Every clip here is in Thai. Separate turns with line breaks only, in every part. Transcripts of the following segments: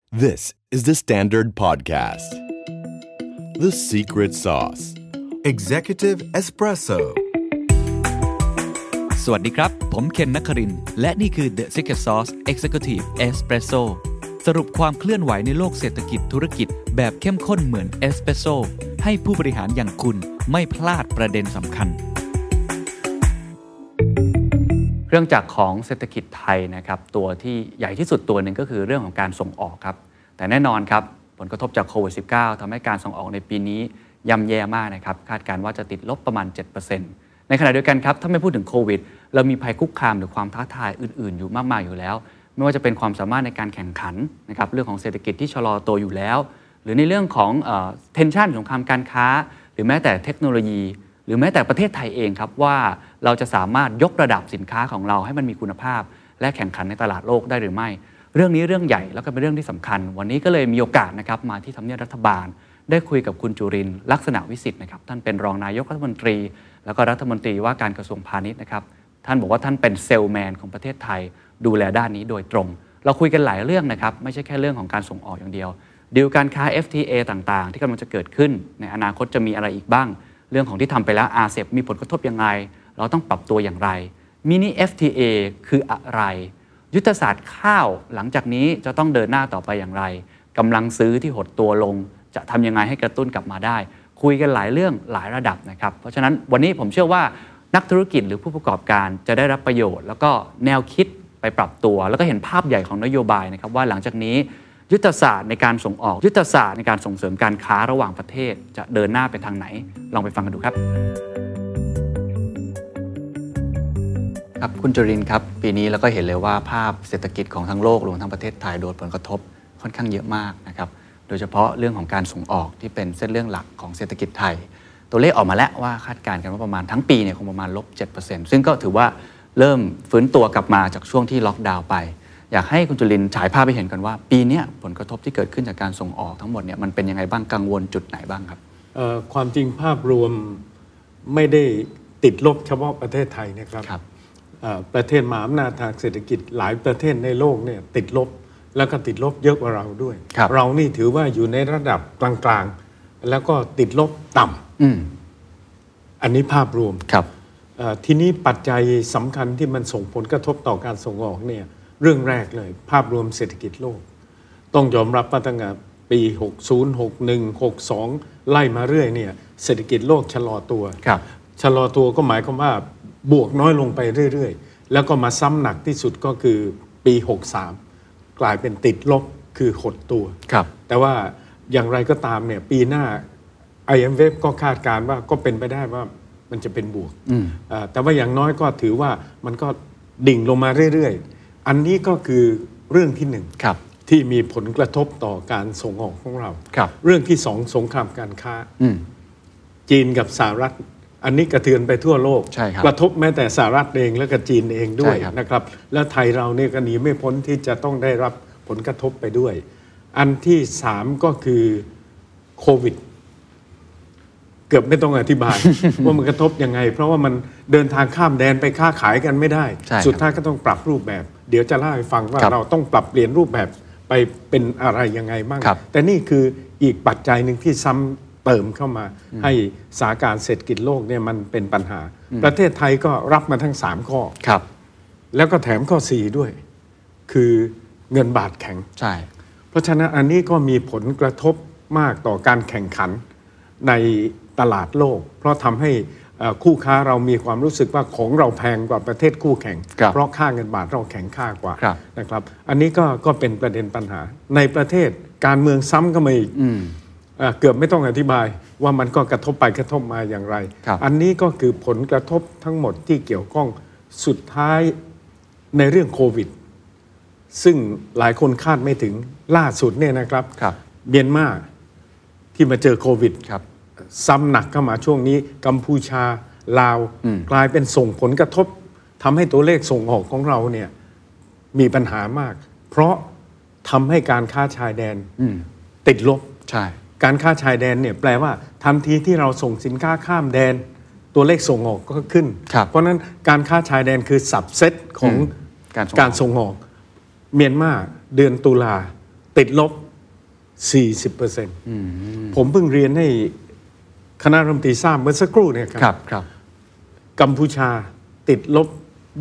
This is the Standard Podcast. The Secret Sauce. Executive Espresso.
สวัสดีครับผมเคนนครินทร์และนี่คือ The Secret Sauce Executive Espresso สรุปความเคลื่อนไหวในโลกเศรษฐกิจธุรกิจแบบเข้มข้นเหมือนเอสเปรสโซ่ให้ผู้บริหารอย่างคุณไม่พลาดประเด็นสำคัญเรื่องจากของเศรษฐกิจไทยนะครับตัวที่ใหญ่ที่สุดตัวหนึ่งก็คือเรื่องของการส่งออกครับแต่แน่นอนครับผลกระทบจากโควิด -19 ทำให้การส่งออกในปีนี้ย่ำแย่มากนะครับคาดการณ์ว่าจะติดลบประมาณ 7% ในขณะเดียวกันครับถ้าไม่พูดถึงโควิดเรามีภัยคุกคามหรือความท้าทายอื่นๆอยู่มากมายอยู่แล้วไม่ว่าจะเป็นความสามารถในการแข่งขันนะครับเรื่องของเศรษฐกิจที่ชะลอตัวอยู่แล้วหรือในเรื่องของtension สงครามการค้าหรือแม้แต่เทคโนโลยีหรือแม้แต่ประเทศไทยเองครับว่าเราจะสามารถยกระดับสินค้าของเราให้มันมีคุณภาพและแข่งขันในตลาดโลกได้หรือไม่เรื่องนี้เรื่องใหญ่แล้วก็เป็นเรื่องที่สำคัญวันนี้ก็เลยมีโอกาสนะครับมาที่ทำเนียบรัฐบาลได้คุยกับคุณจุรินทร์ลักษณะวิสิทธิ์นะครับท่านเป็นรองนายกรัฐมนตรีแล้วก็รัฐมนตรีว่าการกระทรวงพาณิชย์นะครับท่านบอกว่าท่านเป็นเซลแมนของประเทศไทยดูแลด้านนี้โดยตรงเราคุยกันหลายเรื่องนะครับไม่ใช่แค่เรื่องของการส่งออกอย่างเดียวดีลการค้า FTA ต่างๆที่กำลังจะเกิดขึ้นในอนาคตจะมีอะไรอีกบ้างเรื่องของที่ทำไปแล้ว RCEP มีผลกระทบยังไงเราต้องปรับตัวอย่างไรมินิ FTA คืออะไรยุทธศาสตร์ข้าวหลังจากนี้จะต้องเดินหน้าต่อไปอย่างไรกำลังซื้อที่หดตัวลงจะทำยังไงให้กระตุ้นกลับมาได้คุยกันหลายเรื่องหลายระดับนะครับเพราะฉะนั้นวันนี้ผมเชื่อว่านักธุรกิจหรือผู้ประกอบการจะได้รับประโยชน์แล้วก็แนวคิดไปปรับตัวแล้วก็เห็นภาพใหญ่ของนโยบายนะครับว่าหลังจากนี้ยุทธศาสตร์ในการส่งออกยุทธศาสตร์ในการส่งเสริมการค้าระหว่างประเทศจะเดินหน้าไปทางไหนลองไปฟังกันดูครับครับคุณจุรินทร์ครับปีนี้เราก็เห็นเลยว่าภาพเศรษฐกิจของทั้งโลกรวมทั้งประเทศไทยโดนผลกระทบค่อนข้างเยอะมากนะครับโดยเฉพาะเรื่องของการส่งออกที่เป็นเส้นเรื่องหลักของเศรษฐกิจไทยตัวเลขออกมาแล้วว่าคาดการณ์กันว่าประมาณทั้งปีเนี่ยคงประมาณลบ 7% ซึ่งก็ถือว่าเริ่มฟื้นตัวกลับมาจากช่วงที่ล็อกดาวน์ไปอยากให้คุณจุรินทร์ฉายภาพไปเห็นกันว่าปีนี้ผลกระทบที่เกิดขึ้นจากการส่งออกทั้งหมดเนี่ยมันเป็นยังไงบ้างกังวลจุดไหนบ้างครับ
ความจริงภาพรวมไม่ได้ติดลบเฉพาะประเทศไทยนะครับประเทศมหาอำนาจทางเศรษฐกิจหลายประเทศในโลกเนี่ยติดลบแล้วก็ติดลบเยอะกว่าเราด้วยเรานี่ถือว่าอยู่ในระดับกลางๆแล้วก็ติดลบต่ำอันนี้ภาพรวมทีนี้ปัจจัยสำคัญที่มันส่งผลกระทบต่อการส่งออกเนี่ยเรื่องแรกเลยภาพรวมเศรษฐกิจโลกต้องยอมรับว่าตั้งแต่ปี 60 61 62 ไล่มาเรื่อยเนี่ยเศรษฐกิจโลกชะลอตัวชะลอตัวก็หมายความว่าบวกน้อยลงไปเรื่อยๆแล้วก็มาซ้ำหนักที่สุดก็คือปี 63 กลายเป็นติดลบคือหดตัวแต่ว่าอย่างไรก็ตามเนี่ยปีหน้า IMF ก็คาดการณ์ว่าก็เป็นไปได้ว่ามันจะเป็นบวกแต่ว่าอย่างน้อยก็ถือว่ามันก็ดิ่งลงมาเรื่อยๆอันนี้ก็คือเรื่องที่หนึ่งที่มีผลกระทบต่อการส่งออกของเราเรื่องที่สองสงครามการค้าจีนกับสหรัฐอันนี้กระเทือนไปทั่วโลกกระทบแม้แต่สหรัฐเองและก็จีนเองด้วยนะครับแล้วไทยเราเนี่ยก็หนีไม่พ้นที่จะต้องได้รับผลกระทบไปด้วยอันที่สามก็คือโควิดเกือบไม่ต้องอธิบาย ว่ามันกระทบยังไงเพราะว่ามันเดินทางข้ามแดนไปค้าขายกันไม่ได้สุดท้ายก็ต้องปรับรูปแบบเดี๋ยวจะเล่าให้ฟังว่าเราต้องปรับเปลี่ยนรูปแบบไปเป็นอะไรยังไงบ้างแต่นี่คืออีกปัจจัยหนึ่งที่ซ้ำเติมเข้ามาให้สถานการณ์เศรษฐกิจโลกเนี่ยมันเป็นปัญหาประเทศไทยก็รับมาทั้ง3ข้อแล้วก็แถมข้อ4ด้วยคือเงินบาทแข็งเพราะฉะนั้นอันนี้ก็มีผลกระทบมากต่อการแข่งขันในตลาดโลกเพราะทำให้คู่ค้าเรามีความรู้สึกว่าของเราแพงกว่าประเทศคู่แข่งเพราะค่าเงินบาทเราแข็งค่ากว่านะครับอันนี้ก็เป็นประเด็นปัญหาในประเทศการเมืองซ้ำก็มาอีกเกือบไม่ต้องอธิบายว่ามันก็กระทบไปกระทบมาอย่างไรอันนี้ก็คือผลกระทบทั้งหมดที่เกี่ยวข้องสุดท้ายในเรื่องโควิดซึ่งหลายคนคาดไม่ถึงล่าสุดเนี่ยนะครับเมียนมาที่มาเจอโควิดซ้ำหนักเข้ามาช่วงนี้กัมพูชาลาวกลายเป็นส่งผลกระทบทำให้ตัวเลขส่งออกของเราเนี่ยมีปัญหามากเพราะทำให้การค้าชายแดนติดลบการค้าชายแดนเนี่ยแปลว่าทันทีที่เราส่งสินค้าข้ามแดนตัวเลขส่งออกก็ขึ้นเพราะนั้นการค้าชายแดนคือสับเซตของการส่งออกเมียนมาเดือนตุลาติดลบ 40%ผมเพิ่งเรียนให้คณะรัฐมนตรีทราบเมื่อสักครู่เนี่ยครับกัมพูชาติดลบ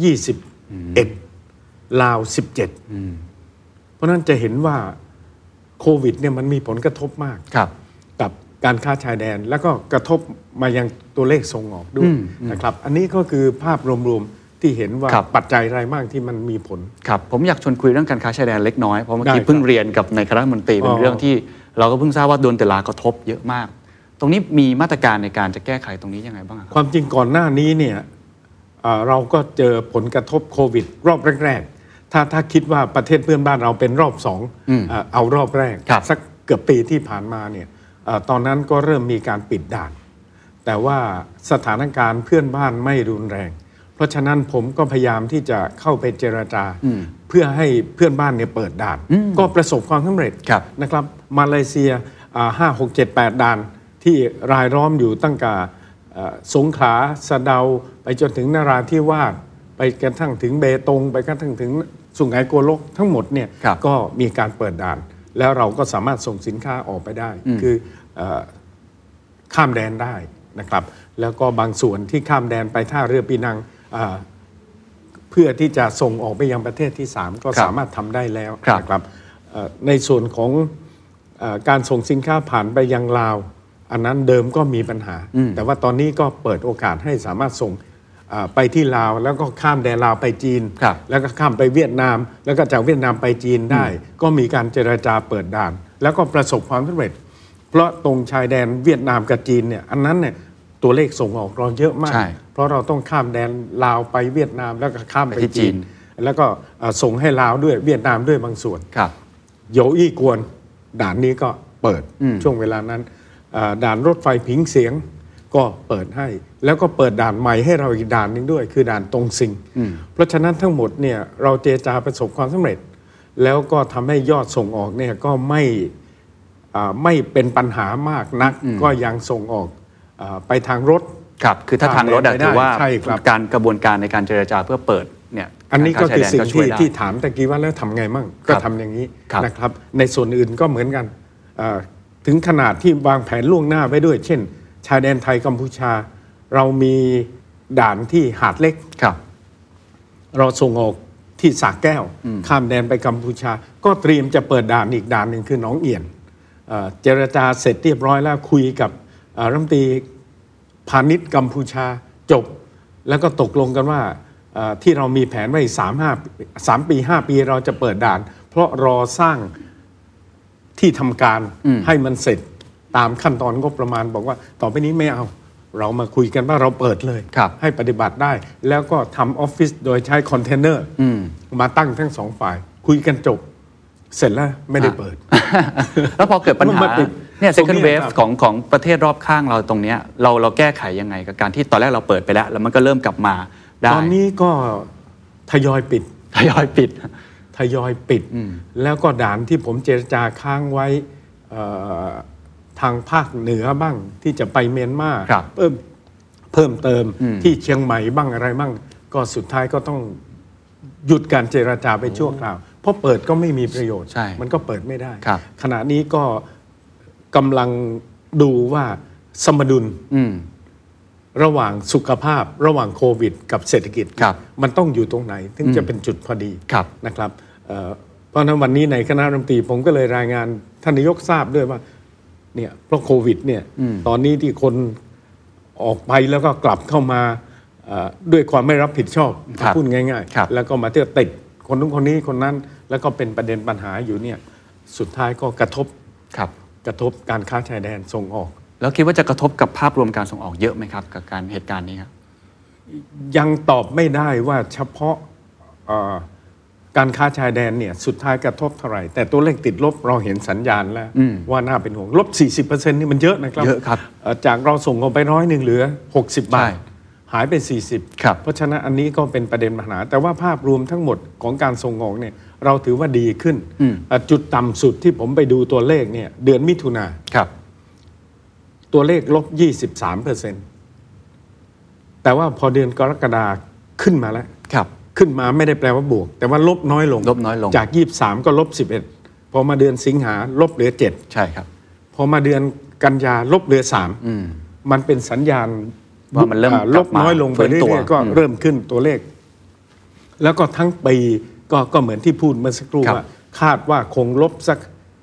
21 ลาว 17 เพราะนั้นจะเห็นว่าโควิดเนี่ยมันมีผลกระทบมากกับการค้าชายแดนแล้วก็กระทบมายังตัวเลขส่งออกด้วยนะครับอันนี้ก็คือภาพรวมๆที่เห็นว่าปัจจัยอะไรบ้างที่มันมีผล
ครับผมอยากชวนคุยเรื่องการค้าชายแดนเล็กน้อยเพราะเมื่อกี้เพิ่งเรียนกับในคณะรัฐมนตรีเป็นเรื่องที่เราก็เพิ่งทราบว่าโดนแต่ลากระทบเยอะมากตรงนี้มีมาตรการในการจะแก้ไขตรงนี้ยังไงบ้างครับ
ความจริงก่อนหน้านี้เนี่ยเราก็เจอผลกระทบโควิดรอบแรกๆถ้าคิดว่าประเทศเพื่อนบ้านเราเป็นรอบสองเอารอบแรกสักเกือบปีที่ผ่านมาเนี่ยตอนนั้นก็เริ่มมีการปิดด่านแต่ว่าสถานการณ์เพื่อนบ้านไม่รุนแรงเพราะฉะนั้นผมก็พยายามที่จะเข้าไปเจรจาเพื่อให้เพื่อนบ้านเนี่ยเปิดด่านก็ประสบความสำเร็จนะครับมาเลเซีย5 6 7 8 ด่านที่รายล้อมอยู่ตั้งแต่สงขลาสะเดาไปจนถึงนราธิวาสไปกระทั่งถึงเบตงไปกระทั่งถึงสุไหงโกลกทั้งหมดเนี่ยก็มีการเปิดด่านแล้วเราก็สามารถส่งสินค้าออกไปได้คือข้ามแดนได้นะครับแล้วก็บางส่วนที่ข้ามแดนไปท่าเรือปีนังเพื่อที่จะส่งออกไปยังประเทศที่3ก็สามารถทำได้แล้วนะครับในส่วนของการส่งสินค้าผ่านไปยังลาวอันนั้นเดิมก็มีปัญหาแต่ว่าตอนนี้ก็เปิดโอกาสให้สามารถส่งไปที่ลาวแล้วก็ข้ามแดนลาวไปจีนแล้วก็ข้ามไปเวียดนามแล้วก็จากเวียดนามไปจีนได้ก็มีการเจรจาเปิดด่านแล้วก็ประสบความสำเร็จเพราะตรงชายแดนเวียดนามกับจีนเนี่ยอันนั้นเนี่ยตัวเลขส่งออกเราเยอะมากเพราะเราต้องข้ามแดนลาวไปเวียดนามแล้วก็ข้ามไปจีนแล้วก็ส่งให้ลาวด้วยเวียดนามด้วยบางส่วนโยอี้กวนด่านนี้ก็เปิดช่วงเวลานั้นด่านรถไฟผิงเสียงก็เปิดให้แล้วก็เปิดด่านใหม่ให้เราอีกด่านนึงด้วยคือด่านตงซิงเพราะฉะนั้นทั้งหมดเนี่ยเราเจรจาประสบความสำเร็จแล้วก็ทำให้ยอดส่งออกเนี่ยก็ไม่เป็นปัญหามากนักก็ยังส่งออกไปทางรถ
ครับคือถ้าทางรถถือว่าการกระบวนการในการเจรจาเพื่อเปิดเนี่ย
อันนี้ก็คือสิ่งที่ถามตะกี้ว่าแล้วทำไงมั่งก็ทำอย่างนี้นะครับในส่วนอื่นก็เหมือนกันถึงขนาดที่วางแผนล่วงหน้าไว้ด้วยเช่นชายแดนไทยกัมพูชาเรามีด่านที่หาดเล็กเราส่งออกที่สระแก้วข้ามแดนไปกัมพูชาก็เตรียมจะเปิดด่านอีกด่านหนึ่งคือหนองเอี่ยนเจรจาเสร็จเรียบร้อยแล้วคุยกับรัฐมนตรีพาณิชย์กัมพูชาจบแล้วก็ตกลงกันว่าที่เรามีแผนไว้3 ปี 5 ปีเราจะเปิดด่านเพราะรอสร้างที่ทำการให้มันเสร็จตามขั้นตอนงบประมาณบอกว่าต่อไปนี้ไม่เอาเรามาคุยกันว่าเราเปิดเลยให้ปฏิบัติได้แล้วก็ทำออฟฟิศโดยใช้คอนเทนเนอร์มาตั้งทั้ง2 ฝ่ายคุยกันจบเสร็จแล้วไม่ได้เปิด
แล้วพอเกิดปัญหาเนี่ย second wave ของประเทศรอบข้างเราตรงเนี้ยเราแก้ไขยังไงกับการที่ตอนแรกเราเปิดไปแล้วมันก็เริ่มกลับมาได้
ตอนนี้ก็ทยอยปิดแล้วก็ด่านที่ผมเจรจาค้างไว้ทางภาคเหนือบ้างที่จะไปเมียนมาเพิ่มเติมที่เชียงใหม่บ้างอะไรบ้างก็สุดท้ายก็ต้องหยุดการเจรจาไปชั่วคราวเพราะเปิดก็ไม่มีประโยชน์มันก็เปิดไม่ได้ขณะนี้ก็กำลังดูว่าสมดุลระหว่างสุขภาพระหว่างโควิดกับเศรษฐกิจมันต้องอยู่ตรงไหนถึงจะเป็นจุดพอดีนะครับเพราะฉะนั้นวันนี้ในคณะรัฐมนตรีผมก็เลยรายงานท่านนายกทราบด้วยว่าเนี่ยเพราะโควิดเนี่ยตอนนี้ที่คนออกไปแล้วก็กลับเข้ามาด้วยความไม่รับผิดชอบพูดง่ายๆแล้วก็มาเที่ยวติดคนนู้นคนนี้คนนั้นแล้วก็เป็นประเด็นปัญหาอยู่เนี่ยสุดท้ายก็กระทบการค้าชายแดนส่งออก
แล้วคิดว่าจะกระทบกับภาพรวมการส่งออกเยอะไหมครับกับการเหตุการณ์นี้ครับ
ยังตอบไม่ได้ว่าเฉพาะการค้าชายแดนเนี่ยสุดท้ายกระทบเท่าไหร่แต่ตัวเลขติดลบเราเห็นสัญญาณแล้วว่าน่าเป็นห่วงลบ 40% นี่มันเยอะนะครับ
เยอะครับ
จากเราส่งออกไป100เหลือ60 บาทหายไป40เพราะฉะนั้นอันนี้ก็เป็นประเด็นปัญหาแต่ว่าภาพรวมทั้งหมดของการส่งออกเนี่ยเราถือว่าดีขึ้นจุดต่ำสุดที่ผมไปดูตัวเลขเนี่ยเดือนมิถุนาตัวเลขลบ 23%แต่ว่าพอเดือนกรกฎาคมขึ้นมาแล้วขึ้นมาไม่ได้แปลว่าบวกแต่ว่าลบน้อยลงจาก23ก็ลบ11 พอมาเดือนสิงหาลบเหลือ7
ใช่ครับ
พอมาเดือนกันยาลบเหลือ3มันเป็นสัญญาณ
ว่ามันเริ่ม
ลบน้อยลงไปเรื่อยๆก็เริ่มขึ้นตัวเลขแล้วก็ทั้งปีก็เหมือนที่พูดเมื่อสักครู่ว่าคาดว่าคงลบสัก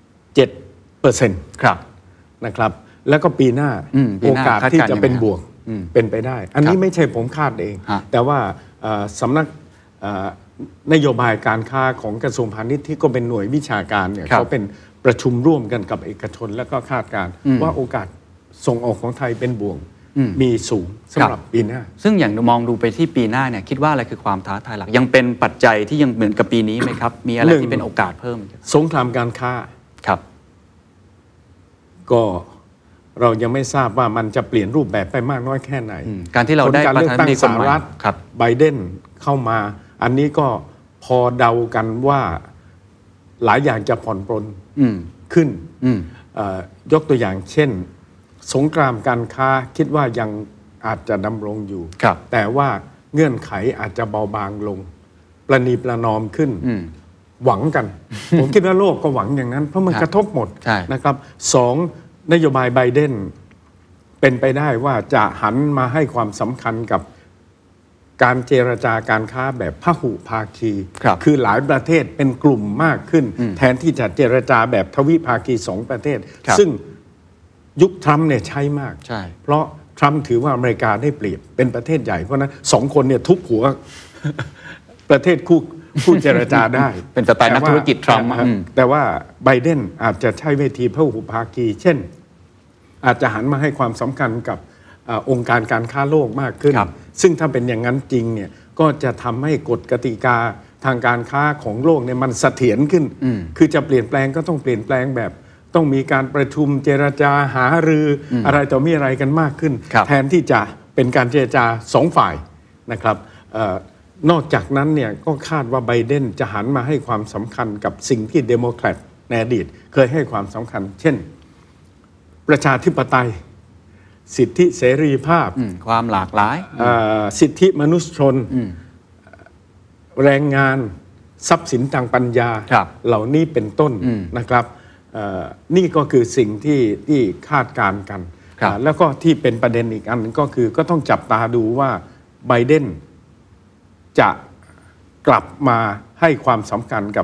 7%
ครับ
นะครับแล้วก็ปีหน้าโอกาสที่จะเป็นบวกเป็นไปได้อันนี้ไม่ใช่ผมคาดเองแต่ว่าสำนักนโยบายการค้าของกระทรวงพาณิชย์ที่ก็เป็นหน่วยวิชาการเนี่ยเขาเป็นประชุมร่วมกันกับเอกชนแล้วก็คาดการณ์ว่าโอกาสส่งออกของไทยเป็นบวกมีสูงสำหรับปีหน้า
ซึ่งอย่างมองดูไปที่ปีหน้าเนี่ยคิดว่าอะไรคือความท้าทายหลักยังเป็นปัจจัยที่ยังเหมือนกับปีนี้ไหมครับมีอะไรที่เป็นโอกาสเพิ่ม
สงครามการค้า
ครับ
ก็เรายังไม่ทราบว่ามันจะเปลี่ยนรูปแบบไปมากน้อยแค่ไหน
การที่เราได้
การเลือกตั้งสหรัฐไบเดนเข้ามาอันนี้ก็พอเดากันว่าหลายอย่างจะผ่อนปรนขึ้นยกตัวอย่างเช่นสงครามการค้าคิดว่ายังอาจจะดำรงอยู่แต่ว่าเงื่อนไขอาจจะเบาบางลงประนีประนอมขึ้นหวังกัน ผมคิดว่าโลกก็หวังอย่างนั้นเพราะมันกระทบหมดนะครับ2นโยบายไบเดนเป็นไปได้ว่าจะหันมาให้ความสำคัญกับการเจรจาการค้าแบบพหุภาคี คือหลายประเทศเป็นกลุ่มมากขึ้นแทนที่จะเจรจาแบบทวิภาคี2ประเทศซึ่งยุคทรัมป์เนี่ยใช้มากเพราะทรัมป์ถือว่าอเมริกาได้เปรียบเป็นประเทศใหญ่เพราะนั้น2คนเนี่ยทุบหัวประเทศคู่เจรจาได้
เป็นสไตล์นักธุรกิจทรัมป์
แต่ว่าไบเดนอาจจะใช้เวทีพหุภาคีเช่นอาจจะหันมาให้ความสำคัญกับองค์การการค้าโลกมากขึ้นซึ่งถ้าเป็นอย่างนั้นจริงเนี่ยก็จะทำให้กฎกติกาทางการค้าของโลกเนี่ยมันเสถียรขึ้นคือจะเปลี่ยนแปลงก็ต้องเปลี่ยนแปลงแบบต้องมีการประชุมเจรจาหารืออะไรต่อมีอะไรกันมากขึ้นแทนที่จะเป็นการเจรจา2ฝ่ายนะครับนอกจากนั้นเนี่ยก็คาดว่าไบเดนจะหันมาให้ความสำคัญกับสิ่งที่เดโมแครตในอดีตเคยให้ความสำคัญเช่นประชาธิปไตยสิทธิเสรีภาพ
ความหลากหลาย
สิทธิมนุษยชนแรงงานทรัพย์สินทางปัญญาเหล่านี้เป็นต้นนะครับนี่ก็คือสิ่งที่คาดการณ์กันแล้วก็ที่เป็นประเด็นอีกอันนึงก็คือก็ต้องจับตาดูว่าไบเดนจะกลับมาให้ความสำคัญกับ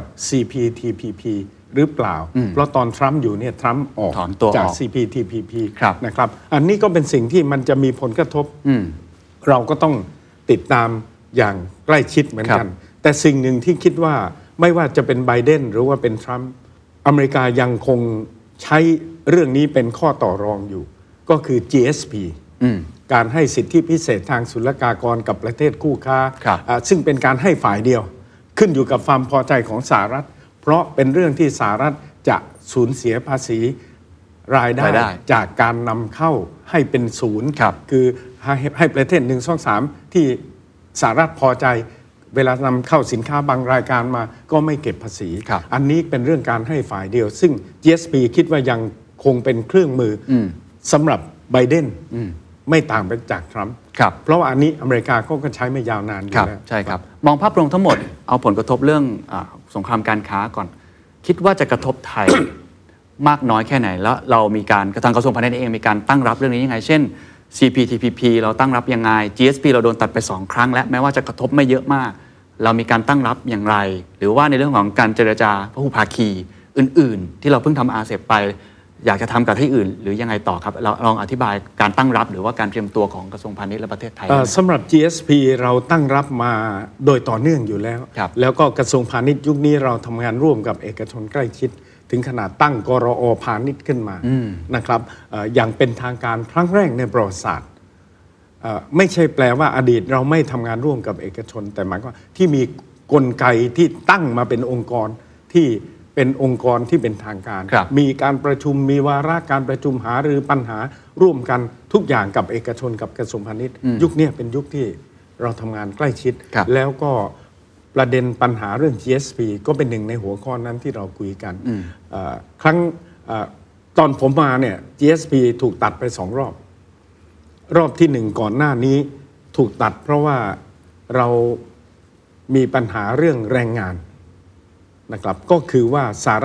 CPTPP หรือเปล่าเพราะตอนทรัมป์อยู่เนี่ยทรัมป์ออกจาก CPTPP นะครับอันนี้ก็เป็นสิ่งที่มันจะมีผลกระทบเราก็ต้องติดตามอย่างใกล้ชิดเหมือนกันแต่สิ่งหนึ่งที่คิดว่าไม่ว่าจะเป็นไบเดนหรือว่าเป็นทรัมป์อเมริกายังคงใช้เรื่องนี้เป็นข้อต่อรองอยู่ก็คือ GSP การให้สิทธิพิเศษทางศุลกากรกับประเทศคู่ค้าซึ่งเป็นการให้ฝ่ายเดียวขึ้นอยู่กับความพอใจของสหรัฐเพราะเป็นเรื่องที่สหรัฐจะสูญเสียภาษีรายได้จากการนำเข้าให้เป็นศูนย์คือให้ประเทศ1 2 3ที่สหรัฐพอใจเวลานำเข้าสินค้าบางรายการมาก็ไม่เก็บภาษีอันนี้เป็นเรื่องการให้ฝ่ายเดียวซึ่ง GSP คิดว่ายังคงเป็นเครื่องมือสำหรับไบเดนไม่ต่างไปจากทรัมป์เพราะว่าอันนี้อเมริกาก็ใช้ไม่ยาวนานอยู่แล้ว
ใช่ครับมองภาพรวมทั้งหมดเอาผลกระทบเรื่องสงครามการค้าก่อนคิดว่าจะกระทบไทย มากน้อยแค่ไหนแล้วเรามีการทางกระทรวงพาณิชย์เองมีการตั้งรับเรื่องนี้ยังไงเช่น CPTPP เราตั้งรับยังไง GSP เราโดนตัดไป2ครั้งและแม้ว่าจะกระทบไม่เยอะมากเรามีการตั้งรับอย่างไรหรือว่าในเรื่องของการเจรจาพหุภาคีอื่นๆที่เราเพิ่งทำอาเซียนไปอยากจะทำกับที่อื่นหรือยังไงต่อครับเราลองอธิบายการตั้งรับหรือว่าการเตรียมตัวของกระทรวงพาณิชย์และประเทศไทย
สำหรับ GSP เราตั้งรับมาโดยต่อเนื่องอยู่แล้วแล้วก็กระทรวงพาณิชย์ยุคนี้เราทำงานร่วมกับเอกชนใกล้ชิดถึงขนาดตั้งกรอ.พาณิชย์ขึ้นมานะครับอย่างเป็นทางการครั้งแรกในประวัติศาสตร์ไม่ใช่แปลว่าอดีตเราไม่ทำงานร่วมกับเอกชนแต่หมายว่าที่มีกลไกที่ตั้งมาเป็นองค์กรที่เป็นองค์กรที่เป็นทางการมีการประชุมมีวาระการประชุมหารือปัญหาร่วมกันทุกอย่างกับเอกชนกับกระทรวงพาณิชย์ยุคนี้เป็นยุคที่เราทำงานใกล้ชิดแล้วก็ประเด็นปัญหาเรื่อง GSP ก็เป็นหนึ่งในหัวข้อนั้นที่เราคุยกันครั้งตอนผมมาเนี่ย GSP ถูกตัดไป2 รอบที่1ก่อนหน้านี้ถูกตัดเพราะว่าเรามีปัญหาเรื่องแรงงานนะครับก็คือว่าสหรัฐต้อง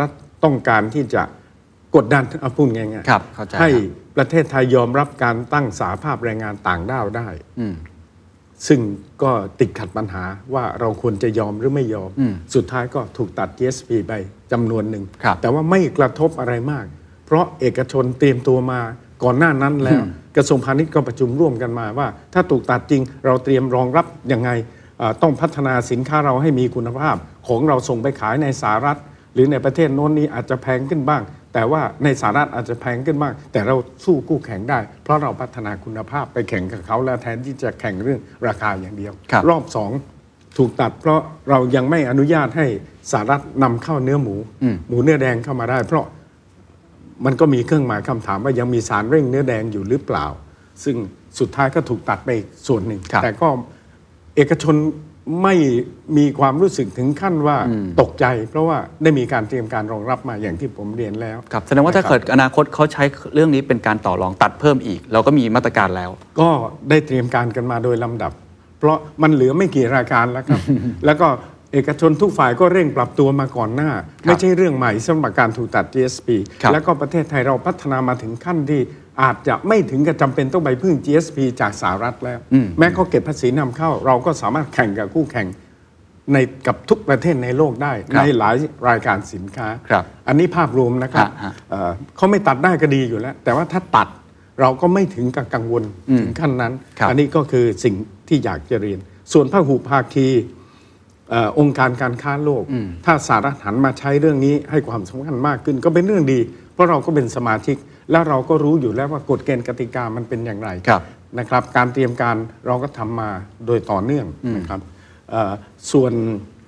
ต้องการที่จะกดดันเอาพูดง่ายๆให้ประเทศไทยยอมรับการตั้งสหภาพแรงงานต่างด้าวได้ซึ่งก็ติดขัดปัญหาว่าเราควรจะยอมหรือไม่ยอมสุดท้ายก็ถูกตัด GSP ไปจำนวนหนึ่งแต่ว่าไม่กระทบอะไรมากเพราะเอกชนเตรียมตัวมาก่อนหน้านั้นแล้วกระทรวงพาณิชย์ก็ประชุมร่วมกันมาว่าถ้าถูกตัดจริงเราเตรียมรองรับยังไงต้องพัฒนาสินค้าเราให้มีคุณภาพของเราส่งไปขายในสหรัฐหรือในประเทศโน้นนี้อาจจะแพงขึ้นบ้างแต่ว่าในสหรัฐอาจจะแพงขึ้นบ้างแต่เราสู้คู่แข่งได้เพราะเราพัฒนาคุณภาพไปแข่งกับเขาแล้วแทนที่จะแข่งเรื่องราคาอย่างเดียวรอบ2ถูกตัดเพราะเรายังไม่อนุญาตให้สหรัฐนำเข้าเนื้อหมูเนื้อแดงเข้ามาได้เพราะมันก็มีเครื่องหมายคำถามว่ายังมีสารเร่งเนื้อแดงอยู่หรือเปล่าซึ่งสุดท้ายก็ถูกตัดไปส่วนหนึ่งแต่ก็เอกชนไม่มีความรู้สึกถึงขั้นว่าตกใจเพราะว่าได้มีการเตรียมการรองรับมาอย่างที่ผมเรียนแล้ว
ครับแสดงว่าถ้าเกิดอนาคตเขาใช้เรื่องนี้เป็นการต่อรองตัดเพิ่มอีกเราก็มีมาตรการแล้ว
ก็ได้เตรียมการกันมาโดยลำดับเพราะมันเหลือไม่กี่รายการแล้วครับ แล้วก็เอกชนทุกฝ่ายก็เร่งปรับตัวมาก่อนหน้าไม่ใช่เรื่องใหม่สำหรับการถูกตัด GSP แล้วก็ประเทศไทยเราพัฒนามาถึงขั้นที่อาจจะไม่ถึงกับจำเป็นต้องไปพึ่ง GSP จากสหรัฐแล้วแม้เขาเก็บภาษีนำเข้าเราก็สามารถแข่งกับคู่แข่งกับทุกประเทศในโลกได้ในหลายรายการสินค้าอันนี้ภาพรวมนะครับเขาไม่ตัดได้ก็ดีอยู่แล้วแต่ว่าถ้าตัดเราก็ไม่ถึงกับกังวลถึงขั้นนั้นอันนี้ก็คือสิ่งที่อยากจะเรียนส่วนพหุภาคีองค์การการค้าโลกถ้าสหรัฐหันมาใช้เรื่องนี้ให้ความสำคัญมากขึ้นก็เป็นเรื่องดีเพราะเราก็เป็นสมาชิกแล้วเราก็รู้อยู่แล้วว่ากฎเกณฑ์กติกามันเป็นอย่างไรนะครับการเตรียมการเราก็ทำมาโดยต่อเนื่องนะครับส่วน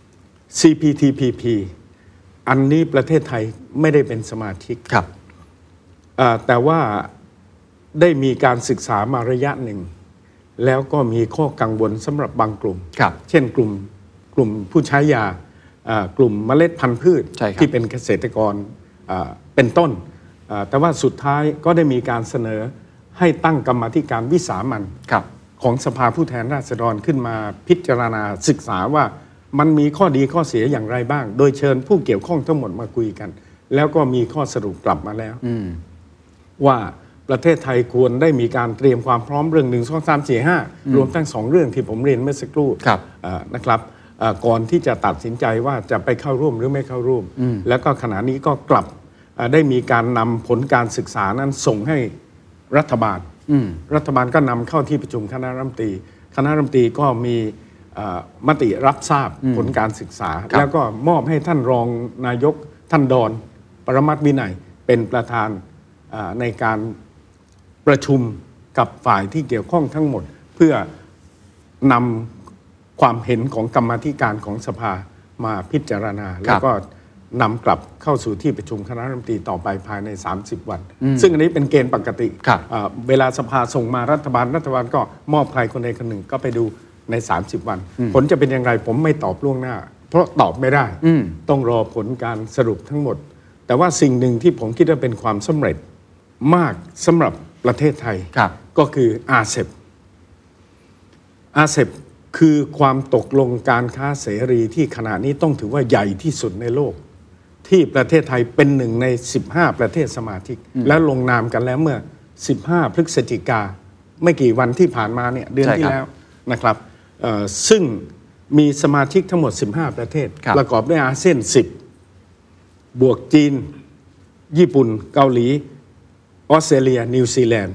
CPTPP อันนี้ประเทศไทยไม่ได้เป็นสมาชิกแต่ว่าได้มีการศึกษามาระยะหนึ่งแล้วก็มีข้อกังวลสำหรับบางกลุ่มเช่นกลุ่มผู้ใช้ยากลุ่มเมล็ดพันธุ์พืชที่เป็นเกษตรกรเป็นต้นแต่ว่าสุดท้ายก็ได้มีการเสนอให้ตั้งกรรมาธิการวิสามัญของสภาผู้แทนราษฎรขึ้นมาพิจารณาศึกษาว่ามันมีข้อดีข้อเสียอย่างไรบ้างโดยเชิญผู้เกี่ยวข้องทั้งหมดมาคุยกันแล้วก็มีข้อสรุปกลับมาแล้วว่าประเทศไทยควรได้มีการเตรียมความพร้อมเรื่อง1 2 3 4 5รวมทั้ง2เรื่องที่ผมเรียนเมื่อสักครู่นะครับก่อนที่จะตัดสินใจว่าจะไปเข้าร่วมหรือไม่เข้าร่วมแล้วก็ขณะนี้ก็กลับได้มีการนำผลการศึกษานั้นส่งให้รัฐบาลก็นำเข้าที่ประชุมคณะรัฐมนตรีก็มีมติรับทราบผลการศึกษาแล้วก็มอบให้ท่านรองนายกท่านดอนปรมัตถ์วินัยเป็นประธานในการประชุมกับฝ่ายที่เกี่ยวข้องทั้งหมดเพื่อนำความเห็นของกรรมาธิการของสภามาพิจารณาแล้วก็นำกลับเข้าสู่ที่ประชุมคณะรัฐมนตรีต่อไปภายใน30 วันซึ่งอันนี้เป็นเกณฑ์ปกติเวลาสภาส่งมารัฐบาลก็มอบใครคนใดคนหนึ่งก็ไปดูใน30 วันผลจะเป็นอย่างไรผมไม่ตอบล่วงหน้าเพราะตอบไม่ได้ต้องรอผลการสรุปทั้งหมดแต่ว่าสิ่งหนึ่งที่ผมคิดว่าเป็นความสำเร็จมากสำหรับประเทศไทยก็คืออาเซปคือความตกลงการค้าเสรีที่ขณะนี้ต้องถือว่าใหญ่ที่สุดในโลกที่ประเทศไทยเป็นหนึ่งใน15ประเทศสมาชิกและลงนามกันแล้วเมื่อ15พฤศจิกาไม่กี่วันที่ผ่านมาเนี่ยเดือนที่แล้วนะครับซึ่งมีสมาชิกทั้งหมด15ประเทศประกอบด้วยอาเซียน10บวกจีนญี่ปุ่นเกาหลีออสเตรเลียนิวซีแลนด์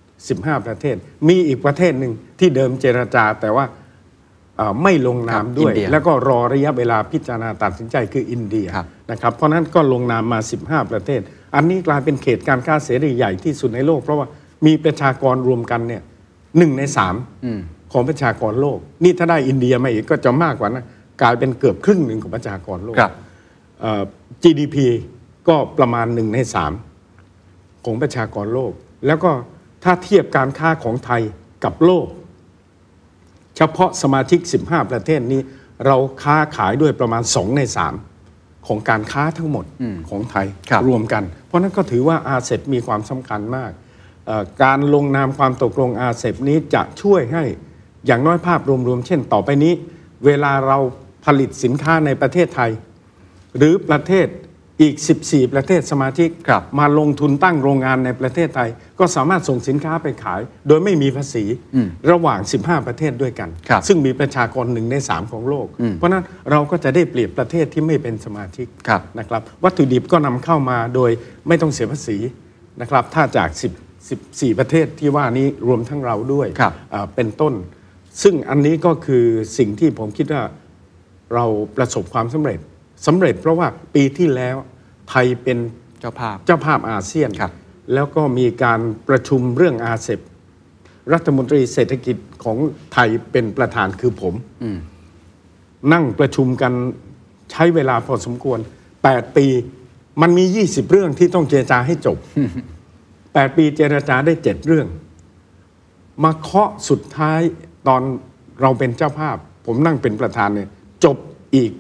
15ประเทศมีอีกประเทศหนึ่งที่เดิมเจรจาแต่ว่าไม่ลงนามด้วยแล้วก็รอระยะเวลาพิจารณาตัดสินใจคืออินเดียนะครับเพราะนั้นก็ลงนามมา15ประเทศอันนี้กลายเป็นเขตการค้าเสรีใหญ่ที่สุดในโลกเพราะว่ามีประชากรรวมกันเนี่ย1 ใน 3ของประชากรโลกนี่ถ้าได้อินเดียมาอีกก็จะมากกว่านะกลายเป็นเกือบครึ่งหนึ่งของประชากรโลกGDP ก็ประมาณ1 ใน 3ของประชากรโลกแล้วก็ถ้าเทียบการค้าของไทยกับโลกเฉพาะสมาชิก15ประเทศนี้เราค้าขายด้วยประมาณ2 ใน 3ของการค้าทั้งหมดของไทยรวมกันเพราะนั้นก็ถือว่าอาเซปมีความสำคัญมากการลงนามความตกลงอาเซปนี้จะช่วยให้อย่างน้อยภาพรวมๆเช่นต่อไปนี้เวลาเราผลิตสินค้าในประเทศไทยหรือประเทศอีก14ประเทศสมาชิกมาลงทุนตั้งโรงงานในประเทศไทยก็สามารถส่งสินค้าไปขายโดยไม่มีภาษีระหว่าง15ประเทศด้วยกันซึ่งมีประชากร1 ใน 3ของโลกเพราะนั้นเราก็จะได้เปรียบประเทศที่ไม่เป็นสมาชิกนะครับวัตถุดิบก็นำเข้ามาโดยไม่ต้องเสียภาษีนะครับถ้าจาก14ประเทศที่ว่านี้รวมทั้งเราด้วยเป็นต้นซึ่งอันนี้ก็คือสิ่งที่ผมคิดว่าเราประสบความสำเร็จเพราะว่าปีที่แล้วไทยเป็นเจ้าภาพอาเซียนแล้วก็มีการประชุมเรื่องอาเซปรัฐมนตรีเศรษฐกิจของไทยเป็นประธานคือผมนั่งประชุมกันใช้เวลาพอสมควร8 ปีมันมี20เรื่องที่ต้องเจรจาให้จบ8 ปีเจรจาได้7เรื่องมาเคาะสุดท้ายตอนเราเป็นเจ้าภาพผมนั่งเป็นประธานเนี่ยจบอีก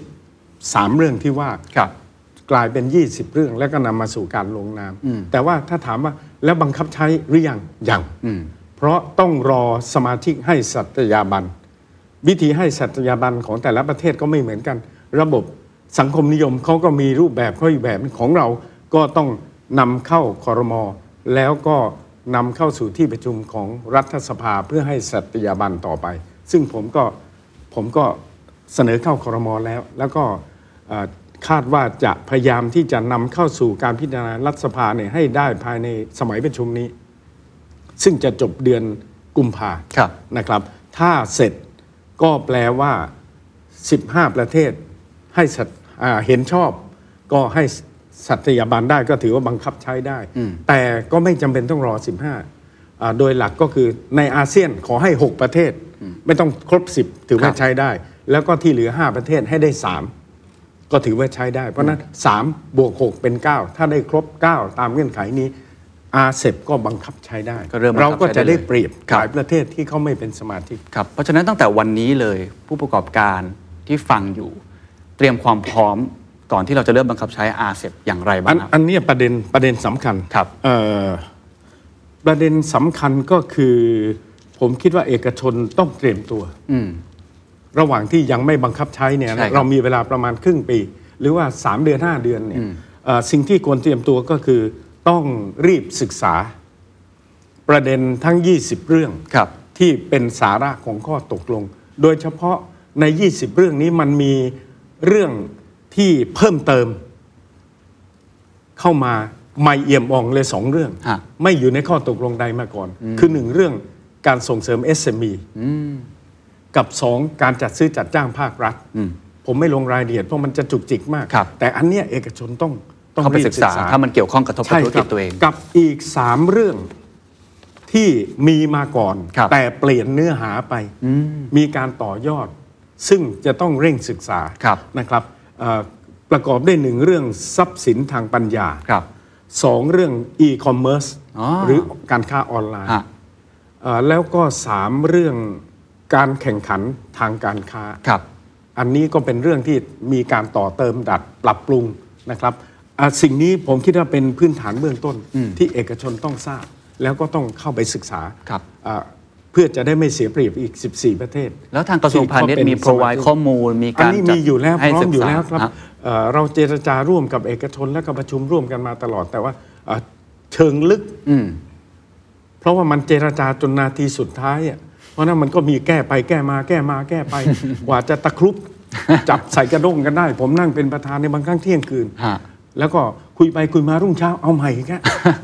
13เรื่องที่ว่ากลายเป็น20เรื่องแล้วก็นำมาสู่การลงนามแต่ว่าถ้าถามว่าแล้วบังคับใช้หรือยังเพราะต้องรอสมาชิกให้สัตยาบันวิธีให้สัตยาบันของแต่ละประเทศก็ไม่เหมือนกันระบบสังคมนิยมเขาก็มีรูปแบบเขาอีกแบบของเราก็ต้องนำเข้าครม.แล้วก็นำเข้าสู่ที่ประชุมของรัฐสภาเพื่อให้สัตยาบันต่อไปซึ่งผมก็เสนอเข้าครม.แล้วก็คาดว่าจะพยายามที่จะนำเข้าสู่การพิจารณารัฐสภาเนี่ยให้ได้ภายในสมัยประชุมนี้ซึ่งจะจบเดือนกุมภาพันธ์นะครับถ้าเสร็จก็แปลว่า15ประเทศให้เห็นชอบก็ให้สัตยาบันได้ก็ถือว่าบังคับใช้ได้แต่ก็ไม่จำเป็นต้องรอ15โดยหลักก็คือในอาเซียนขอให้6ประเทศไม่ต้องครบ10ถือว่าใช้ได้แล้วก็ที่เหลือ5ประเทศให้ได้3ก็ถือว่าใช้ได้เพราะนั้น3บวก6เป็น9ถ้าได้ครบ9ตามเงื่อนไขนี้อาเซปก็บังคับใช้ได้เราก็จะได้เปรียบหลายประเทศที่เขาไม่เป็นสมาชิก
ครับเพราะฉะนั้นตั้งแต่วันนี้เลยผู้ประกอบการที่ฟังอยู่เตรียมความพร้อมก่อนที่เราจะเริ่มบังคับใช้อาเซปอย่างไรบ้างครับ
อันนี้ประเด็นสำคัญ
ครับ
ประเด็นสำคัญก็คือผมคิดว่าเอกชนต้องเตรียมตัวระหว่างที่ยังไม่บังคับใช้เนี่ยเรามีเวลาประมาณครึ่งปีหรือว่า3 เดือน 5 เดือนเนี่ยสิ่งที่ควรเตรียมตัวก็คือต้องรีบศึกษาประเด็นทั้ง20เรื่องที่เป็นสาระของข้อตกลงโดยเฉพาะใน20เรื่องนี้มันมีเรื่องที่เพิ่มเติมเข้ามาไม่เอี่ยมอ่องเลย2เรื่องไม่อยู่ในข้อตกลงใดมาก่อนคือ1เรื่องการส่งเสริม SME กับ2การจัดซื้อจัดจ้างภาครัฐผมไม่ลงรายละเอียดเพราะมันจะจุกจิกมากแต่อันเนี้ยเอกชนต้อง
เข้าไปศึกษาถ้ามันเกี่ยวข้องกับธุรกิจตัวเอง
กับอีก3เรื่องที่มีมาก่อนแต่เปลี่ยนเนื้อหาไปมีการต่อยอดซึ่งจะต้องเร่งศึกษานะครับประกอบด้วย1เรื่องทรัพย์สินทางปัญญา2เรื่อง e-commerce หรือการค้าออนไลน์แล้วก็3เรื่องการแข่งขันทางการค้าอันนี้ก็เป็นเรื่องที่มีการต่อเติมดัดปรับปรุงนะครับสิ่งนี้ผมคิดว่าเป็นพื้นฐานเบื้องต้นที่เอกชนต้องทราบแล้วก็ต้องเข้าไปศึกษาเพื่อจะได้ไม่เสียเปรียบอีก14ประเทศ
แล้วทางกระทรวงพาณิชย์มี provide ข้อมูลมีการ
จัดอยู่แล้วพร้อมอยู่แล้วครับเราเจรจาร่วมกับเอกชนและก็ประชุมร่วมกันมาตลอดแต่ว่าเชิงลึกเพราะว่ามันเจรจาจนนาทีสุดท้ายเพราะนั้นมันก็มีแก้ไปแก้มาแก้ไปกว่าจะตะครุบจับใส่กระด้งกันได้ผมนั่งเป็นประธานในบางครั้งเที่ยงคืนแล้วก็คุยไปคุยมารุ่งเช้าเอาใหม่แค่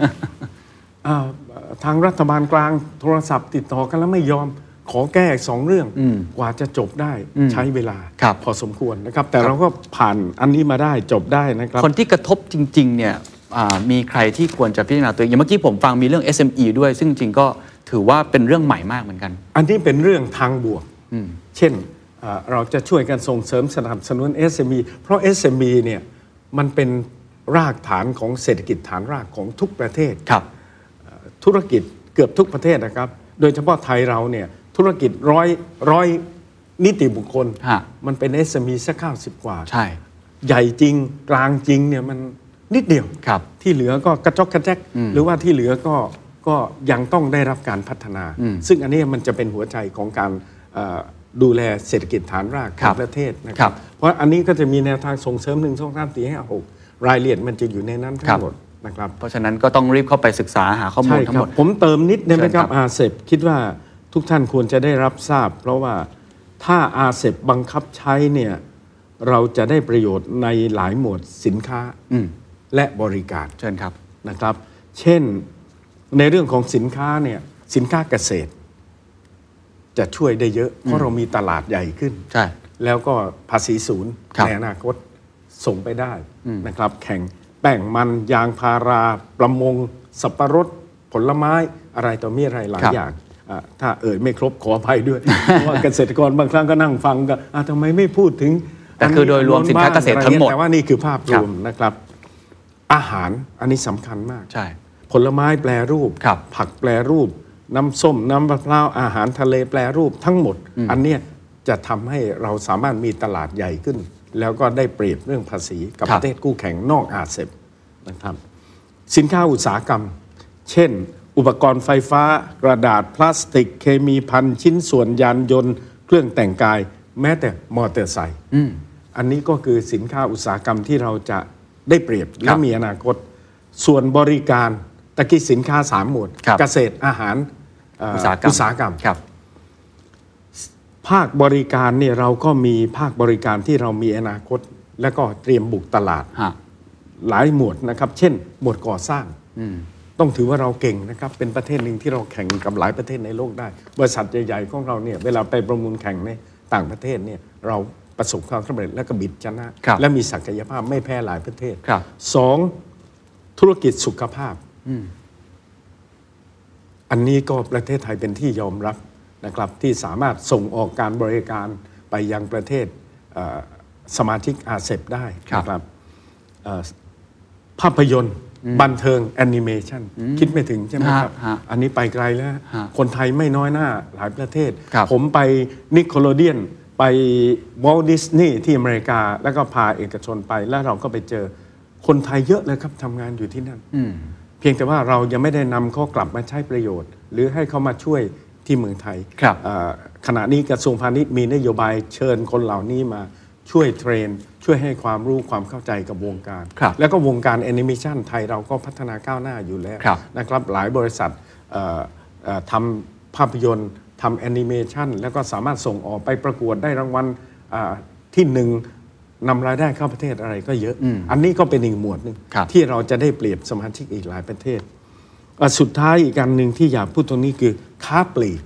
ทางรัฐบาลกลางโทรศัพท์ติดต่อกันแล้วไม่ยอมขอแก้2เรื่องกว่าจะจบได้ใช้เวลาพอสมควรนะครับแต่เราก็ผ่านอันนี้มาได้จบได้นะครับ
คนที่กระทบจริงๆเนี่ยมีใครที่ควรจะพิจารณาตัวเองอย่างเมื่อกี้ผมฟังมีเรื่อง SME ด้วยซึ่งจริงก็ถือว่าเป็นเรื่องใหม่มากเหมือนกัน
อันนี้เป็นเรื่องทางบวกเช่นเราจะช่วยกันส่งเสริมสนับสนุน SME เพราะ SME เนี่ยมันเป็นรากฐานของเศรษฐกิจฐานรากของทุกประเทศธุรกิจเกือบทุกประเทศนะครับโดยเฉพาะไทยเราเนี่ยธุรกิจร้อยนิติบุคคลมันเป็น SME สัก90 กว่า
ใช่
ใหญ่จริงกลางจริงเนี่ยมันนิดเดียวที่เหลือก็กระจอกกระแจกหรือว่าที่เหลือก็ยังต้องได้รับการพัฒนาซึ่งอันนี้มันจะเป็นหัวใจของการดูแลเศรษฐกิจฐานรากของประเทศนะครับเพราะอันนี้ก็จะมีแนวทางส่งเสริม1 2 3 4 5 6 รายละเอียดมันจะอยู่ในนั้นทั้งหมดนะครับ
เพราะฉะนั้นก็ต้องรีบเข้าไปศึกษาหาข้อมูลทั้งหมด
ผมเติมนิดได้ไหมครับอาเซบคิดว่าทุกท่านควรจะได้รับทราบเพราะว่าถ้าอาเซบบังคับใช้เนี่ยเราจะได้ประโยชน์ในหลายหมวดสินค้าและบริการ
เชิญครับ
นะครับเช่นในเรื่องของสินค้าเนี่ยสินค้าเกษตรจะช่วยได้เยอะเพราะเรามีตลาดใหญ่ขึ้น
ใช่
แล้วก็ภาษีศูนย์ในอนาคตส่งไปได้นะครับแข่งแป้งมันยางพาราประมงสับปะรดผลไม้อะไรต่อมีอะไรหลายอย่างถ้าไม่ครบขออภัยด้วย เพราะว่าเกษตรกรบางครั้งก็นั่งฟังกันทำไมไม่พูดถึง
แต่คือโดยรวมสินค้าเกษตรทั้งหมด
แต่ว่านี่คือภาพรวมนะครับอาหารอันนี้สำคัญมาก
ใช่
ผลไม้แปรรูปผักแปรรูปน้ำส้มน้ำมะพร้าวอาหารทะเลแปรรูปทั้งหมดอันเนี้ยจะทำให้เราสามารถมีตลาดใหญ่ขึ้นแล้วก็ได้เปรียบเรื่องภาษีกับประเทศคู่แข่งนอกอาเซียนนะครับสินค้าอุตสาหกรรมเช่นอุปกรณ์ไฟฟ้ากระดาษพลาสติกเคมีภัณฑ์ชิ้นส่วนยานยนต์เครื่องแต่งกายแม้แต่มอเตอร์ไซค์อันนี้ก็คือสินค้าอุตสาหกรรมที่เราจะได้เปรียบและมีอนาคตส่วนบริการตะกี้สินค้า3 หมวดเกษตรอาหารอุตสาหกรรมภาคบริการเนี่ยเราก็มีภาคบริการที่เรามีอนาคตและก็เตรียมบุกตลาดหลายหมวดนะครับเช่นหมวดก่อสร้างต้องถือว่าเราเก่งนะครับเป็นประเทศหนึ่งที่เราแข่งกับหลายประเทศในโลกได้บริษัทใหญ่ๆของเราเนี่ยเวลาไปประมูลแข่งในต่างประเทศเนี่ยเราประสบความสำเร็จและก็บิดชนะและมีศักยภาพไม่แพ้หลายประเทศ2ธุรกิจสุขภาพอันนี้ก็ประเทศไทยเป็นที่ยอมรับนะครับที่สามารถส่งออกการบริการไปยังประเทศสมาชิกอาเซียนได้นะครับภาพยนตร์บันเทิงแอนิเมชันคิดไม่ถึงใช่ไหมครับอันนี้ไปไกลแล้วคนไทยไม่น้อยหน้าหลายประเทศผมไปนิโคโลเดียนไปวอลต์ดิสนีย์ที่อเมริกาแล้วก็พาเอกชนไปแล้วเราก็ไปเจอคนไทยเยอะเลยครับทำงานอยู่ที่นั่นเพียงแต่ว่าเรายังไม่ได้นำเขากลับมาใช้ประโยชน์หรือให้เขามาช่วยที่เมืองไทยขณะนี้กระทรวงพาณิชย์มีนโยบายเชิญคนเหล่านี้มาช่วยเทรนช่วยให้ความรู้ความเข้าใจกับวงการแล้วก็วงการแอนิเมชันไทยเราก็พัฒนาก้าวหน้าอยู่แล้วนะครับหลายบริษัททำภาพยนตร์ทำแอนิเมชันแล้วก็สามารถส่งออกไปประกวดได้รางวัลที่1นำรายได้เข้าประเทศอะไรก็เยอะอันนี้ก็เป็นอีกหมวดหนึ่งที่เราจะได้เปรียบสมาชิกอีกหลายประเทศสุดท้ายอีกอันหนึ่งที่อยากพูดตรงนี้คือค้าปลีก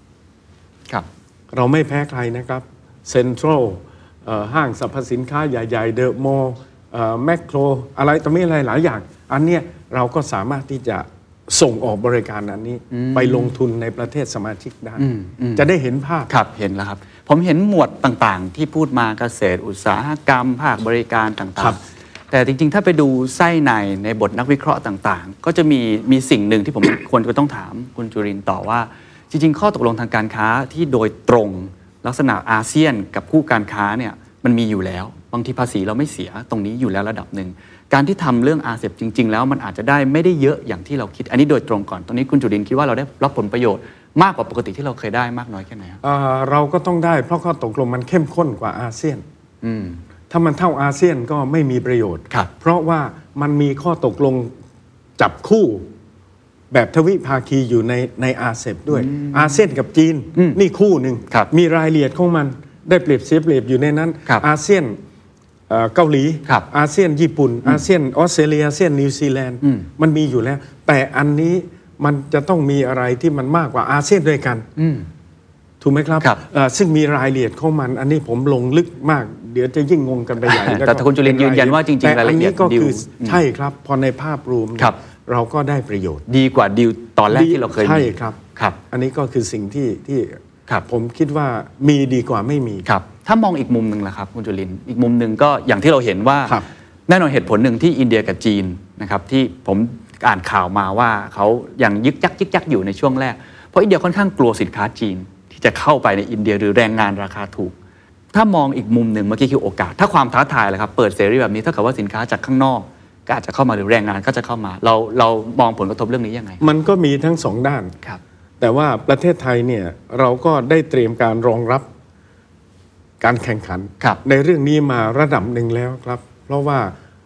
เราไม่แพ้ใครนะครับเซ็นทรัลห้างสรรพสินค้าใหญ่ๆเดอะมอลล์แมคโครอะไรต่อมีอะไรหลายอย่างอันเนี้ยเราก็สามารถที่จะส่งออกบริการอันนี้ไปลงทุนในประเทศสมาชิกได้จะได้เห็นภาพ
ครับเห็นแล้วครับผมเห็นหมวดต่างๆที่พูดมาเกษตรอุตสาหกรรมภาคบริการต่างๆแต่จริงๆถ้าไปดูไส้ในบทนักวิเคราะห์ต่างๆก็จะมีสิ่งหนึ่งที่ผม ควรจะต้องถามคุณจุรินทร์ต่อว่าจริงๆข้อตกลงทางการค้าที่โดยตรงลักษณะอาเซียนกับคู่การค้าเนี่ยมันมีอยู่แล้วบางทีภาษีเราไม่เสียตรงนี้อยู่แล้วระดับหนึ่งการที่ทำเรื่องอาเซียนจริงๆแล้วมันอาจจะได้ไม่ได้เยอะอย่างที่เราคิดอันนี้โดยตรงก่อนตรงนี้คุณจุรินทร์คิดว่าเราได้รับผลประโยชน์มากกว่าปกติที่เราเคยได้มากน้อยแค่ไหน
เราก็ต้องได้เพราะข้อตกลงมันเข้มข้นกว่าอาเซียนถ้ามันเท่าอาเซียนก็ไม่มีประโยชน์เพราะว่ามันมีข้อตกลงจับคู่แบบทวิภาคีอยู่ในอาเซียนด้วยอาเซียนกับจีนนี่คู่หนึ่งมีรายละเอียดของมันได้เปรียบเสียเปรียบอยู่ในนั้นอาเซียนเกาหลีอาเซียนญี่ปุ่นอาเซียนออสเตรเลียอาเซียนนิวซีแลนด์มันมีอยู่แล้วแต่อันนี้มันจะต้องมีอะไรที่มันมากกว่าอาเซียนด้วยกันถูกไหมครับซึ่งมีรายละเอียดของมันอันนี้ผมลงลึกมากเดี๋ยวจะยิ่งงงกันไปใหญ่
แต่คุณจุรินทร์ยืนยันว่าจริงๆรายละเอียด
ก็คือใช่ครับพอในภาพรวมเราก็ได้ประโยชน์
ดีกว่าดีลตอนแรกที่เราเคยมี
ใช่ครับอันนี้ก็คือสิ่งที่ผมคิดว่ามีดีกว่าไม่มี
ครับถ้ามองอีกมุมหนึ่งล่ะครับคุณจุรินทร์อีกมุมหนึ่งก็อย่างที่เราเห็นว่าแน่นอนเหตุผลหนึ่งที่อินเดียกับจีนนะครับที่ผมอ่านข่าวมาว่าเขายังยึกยักอยู่ในช่วงแรกเพราะอินเดียค่อนข้างกลัวสินค้าจีนที่จะเข้าไปในอินเดียหรือแรงงานราคาถูกถ้ามองอีกมุมหนึ่งเมื่อกี้คือโอกาสถ้าความท้าทายแหละครับเปิดเสรีแบบนี้เท่ากับว่าสินค้าจากข้างนอกก็อาจจะเข้ามาหรือแรงงานก็จะเข้ามาเรามองผลกระทบเรื่องนี้ยังไง
มันก็มีทั้ง2ด้านแต่ว่าประเทศไทยเนี่ยเราก็ได้เตรียมการรองรับการแข่งขันในเรื่องนี้มาระดับหนึ่งแล้วครับเพราะว่า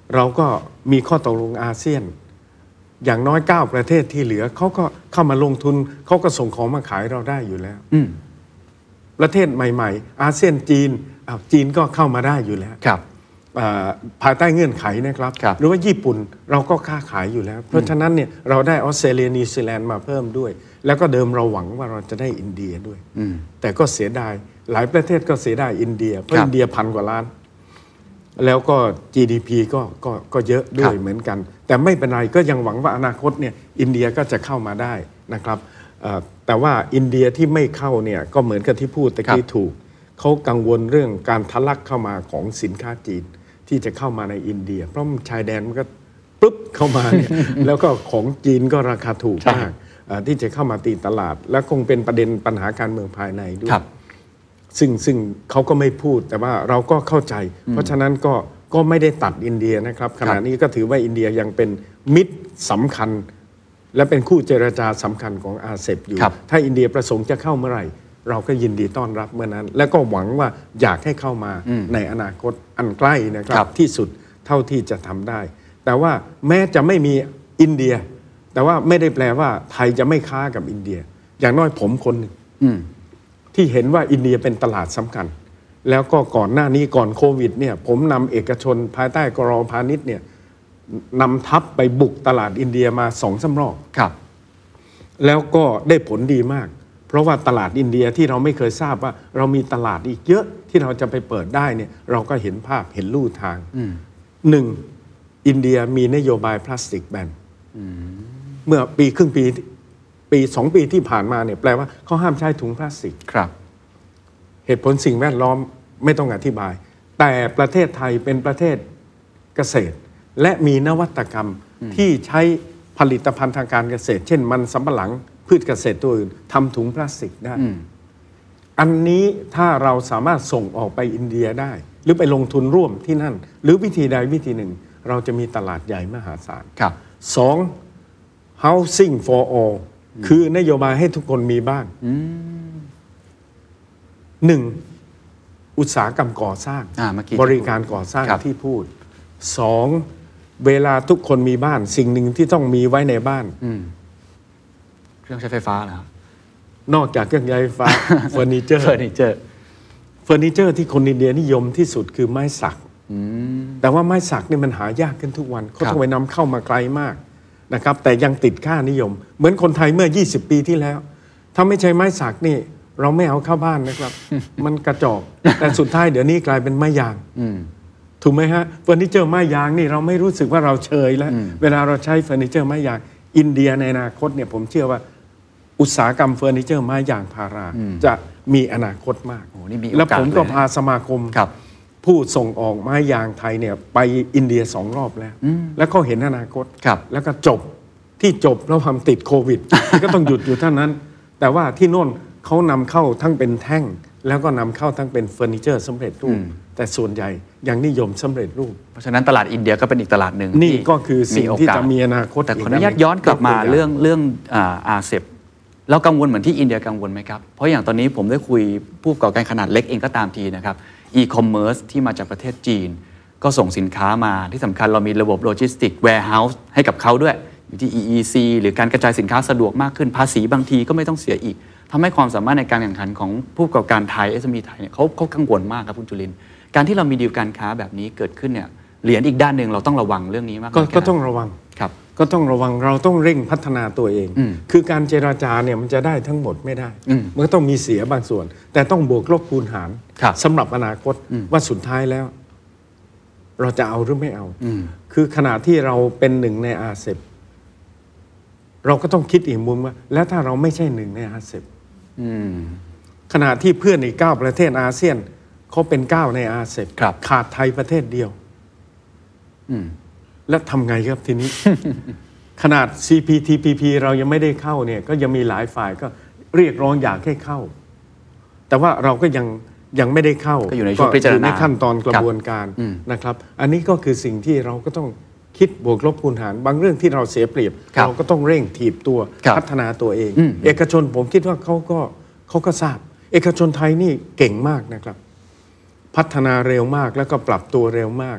เราก็มีข้อตกลงอาเซียนอย่างน้อย9ประเทศที่เหลือเขาก็เข้ามาลงทุนเขาก็ส่งของมาขายเราได้อยู่แล้วประเทศใหม่ๆอาเซียนจีนก็เข้ามาได้อยู่แล้วภายใต้เงื่อนไขนะครับหรือว่าญี่ปุ่นเราก็ค้าขายอยู่แล้วเพราะฉะนั้นเนี่ยเราได้ออสเตรเลียนิวซีแลนด์มาเพิ่มด้วยแล้วก็เดิมเราหวังว่าเราจะได้อินเดียด้วยแต่ก็เสียดายหลายประเทศก็เสียดายอินเดียเพราะอินเดีย1,000 กว่าล้านแล้วก็ GDP ก็เยอะด้วยเหมือนกันแต่ไม่เป็นไรก็ยังหวังว่าอนาคตเนี่ยอินเดียก็จะเข้ามาได้นะครับแต่ว่าอินเดียที่ไม่เข้าเนี่ยก็เหมือนกับที่พูดตะกี้ถูกเขากังวลเรื่องการทะลักเข้ามาของสินค้าจีนที่จะเข้ามาในอินเดียเพราะชายแดนมันก็ปุ๊บเข้ามาเนี่ย แล้วก็ของจีนก็ราคาถูกมากที่จะเข้ามาตีตลาดและคงเป็นประเด็นปัญหาการเมืองภายในด้วยซึ่งเขาก็ไม่พูดแต่ว่าเราก็เข้าใจเพราะฉะนั้นก็ไม่ได้ตัดอินเดียนะครับขณะนี้ก็ถือว่าอินเดียยังเป็นมิตรสำคัญและเป็นคู่เจรจาสำคัญของอาเซียนอยู่ถ้าอินเดียประสงค์จะเข้าเมื่อไหร่เราก็ยินดีต้อนรับเมื่อนั้นและก็หวังว่าอยากให้เข้ามาในอนาคตอันใกล้นะครับที่สุดเท่าที่จะทำได้แต่ว่าแม้จะไม่มีอินเดียแต่ว่าไม่ได้แปลว่าไทยจะไม่ค้ากับอินเดียอย่างน้อยผมคนหนึ่งที่เห็นว่าอินเดียเป็นตลาดสำคัญแล้วก็ก่อนหน้านี้ก่อนโควิดเนี่ยผมนำเอกชนภายใต้กรพาณิชย์เนี่ยนำทัพไปบุกตลาดอินเดียมา2-3 รอบแล้วก็ได้ผลดีมากเพราะว่าตลาดอินเดียที่เราไม่เคยทราบว่าเรามีตลาดอีกเยอะที่เราจะไปเปิดได้เนี่ยเราก็เห็นภาพเห็นลู่ทาง1อินเดียมีนโยบายพลาสติกแบนเมื่อครึ่งปี 2 ปีที่ผ่านมาเนี่ยแปลว่าเขาห้ามใช้ถุงพลาสติกเหตุผลสิ่งแวดล้อมไม่ต้องอธิบายแต่ประเทศไทยเป็นประเทศเกษตรและมีนวัตกรรมที่ใช้ผลิตภัณฑ์ทางการเกษตรเช่นมันสำปะหลังพืชเกษตรตัวอื่นทำถุงพลาสติกได้อันนี้ถ้าเราสามารถส่งออกไปอินเดียได้หรือไปลงทุนร่วมที่นั่นหรือวิธีใดวิธีหนึ่งเราจะมีตลาดใหญ่มหาศาล2 housing for all คือนโยบายให้ทุกคนมีบ้าน1อุตสาหกรรมก่อสร้างบริการก่อสร้างที่พูด2เวลาทุกคนมีบ้านสิ่งหนึ่งที่ต้องมีไว้ในบ้าน
เครื่องใช้ไฟฟ้าเหรอครับ
นอกจากเครื่องใช้ไฟฟ้า เฟอร์นิเจอร์ที่คนอินเดียนิยมที่สุดคือไม้สักแต่ว่าไม้สักนี่มันหายากขึ้นทุกวันเขาต้องไปนำเข้ามาไกลมากนะครับแต่ยังติดค่านิยมเหมือนคนไทยเมื่อ20 ปีที่แล้วถ้าไม่ใช่ไม้สักนี่เราไม่เอาเข้าบ้านนะครับ มันกระจอกแต่สุดท้ายเดี๋ยวนี้กลายเป็นไม้ยางถูกไหมฮะเฟอร์นิเจอร์ไม้ยางนี่เราไม่รู้สึกว่าเราเชยแล้วเวลาเราใช้เฟอร์นิเจอร์ไม้ยางอินเดียในอนาคตเนี่ยผมเชื่อว่าอุตสาหกรรมเฟอร์นิเจอร์ไม้ยางพาราจะมีอนาคตมากแล้วผมก็พาสมาคมผู้ส่งออกไม้ยางไทยเนี่ยไปอินเดีย2 รอบแล้วเขาเห็นอนาคตแล้วก็จบแล้วทำติดโควิด ก็ต้องหยุดอยู่เท่านั้นแต่ว่าที่โน่นเขานำเข้าทั้งเป็นแท่งแล้วก็นำเข้าทั้งเป็นเฟอร์นิเจอร์สำเร็จรูปแต่ส่วนใหญ่ยังนิยมสำเร็จรูป
เพราะฉะนั้นตลาดอินเดียก็เป็นอีกตลาดหนึ่ง
นี่ก็คือสิ่งที่จะมีอนาคต
แต่ขออนุญาตย้อนกลับมาเรื่องอาเซียนเรากังวลเหมือนที่อินเดียกังวลไหมครับเพราะอย่างตอนนี้ผมได้คุยผู้ประกอบการขนาดเล็กเองก็ตามทีนะครับอีคอมเมิร์ซที่มาจากประเทศจีนก็ส่งสินค้ามาที่สำคัญเรามีระบบโลจิสติกแวร์เฮาส์ให้กับเขาด้วยอยู่ที่ EEC หรือการกระจายสินค้าสะดวกมากขึ้นภาษีบางทีก็ไม่ต้องเสียอีกทำให้ความสามารถในการแข่งขันของผู้ประกอบการไทย SME ไทยเนี่ยเขากังวลมากครับคุณจุลินทร์การที่เรามีดีลการค้าแบบนี้เกิดขึ้นเนี่ยเหรียญอีกด้านหนึ่งเราต้องระวังเรื่องนี้มาก
ก็ต้องระวัง
ครับ
ก็ต้องระวังเราต้องเร่งพัฒนาตัวเองคือการเจรจาเนี่ยมันจะได้ทั้งหมดไม่ได้มันก็ต้องมีเสียบางส่วนแต่ต้องบวกลบคูณหารสำหรับอนาคตว่าสุดท้ายแล้วเราจะเอาหรือไม่เอาคือขณะที่เราเป็นหนึ่งในอาเซียนเราก็ต้องคิดอีกมุมว่าแล้วถ้าเราไม่ใช่หนึ่งในอาเซียนขณะที่เพื่อนอีก9ประเทศอาเซียนเขาเป็น9ในอาเซียนขาดไทยประเทศเดียวแล้วทำไงครับทีนี้ ขนาด CPTPP เรายังไม่ได้เข้าเนี่ยก็ยังมีหลายฝ่ายก็เรียกร้องอยากให้เข้าแต่ว่าเราก็ยังไม่ได้เข้า
ก็อยู่ในช่วงพิจารณา
ในขั้นตอนกระบวนการนะครับอันนี้ก็คือสิ่งที่เราก็ต้องคิดบวกลบคูณหารบางเรื่องที่เราเสียเปรียบเราก็ต้องเร่งถีบตัวพัฒนาตัวเองเอกชนผมคิดว่าเขาก็ทราบเอกชนไทยนี่เก่งมากนะครับพัฒนาเร็วมากแล้วก็ปรับตัวเร็วมาก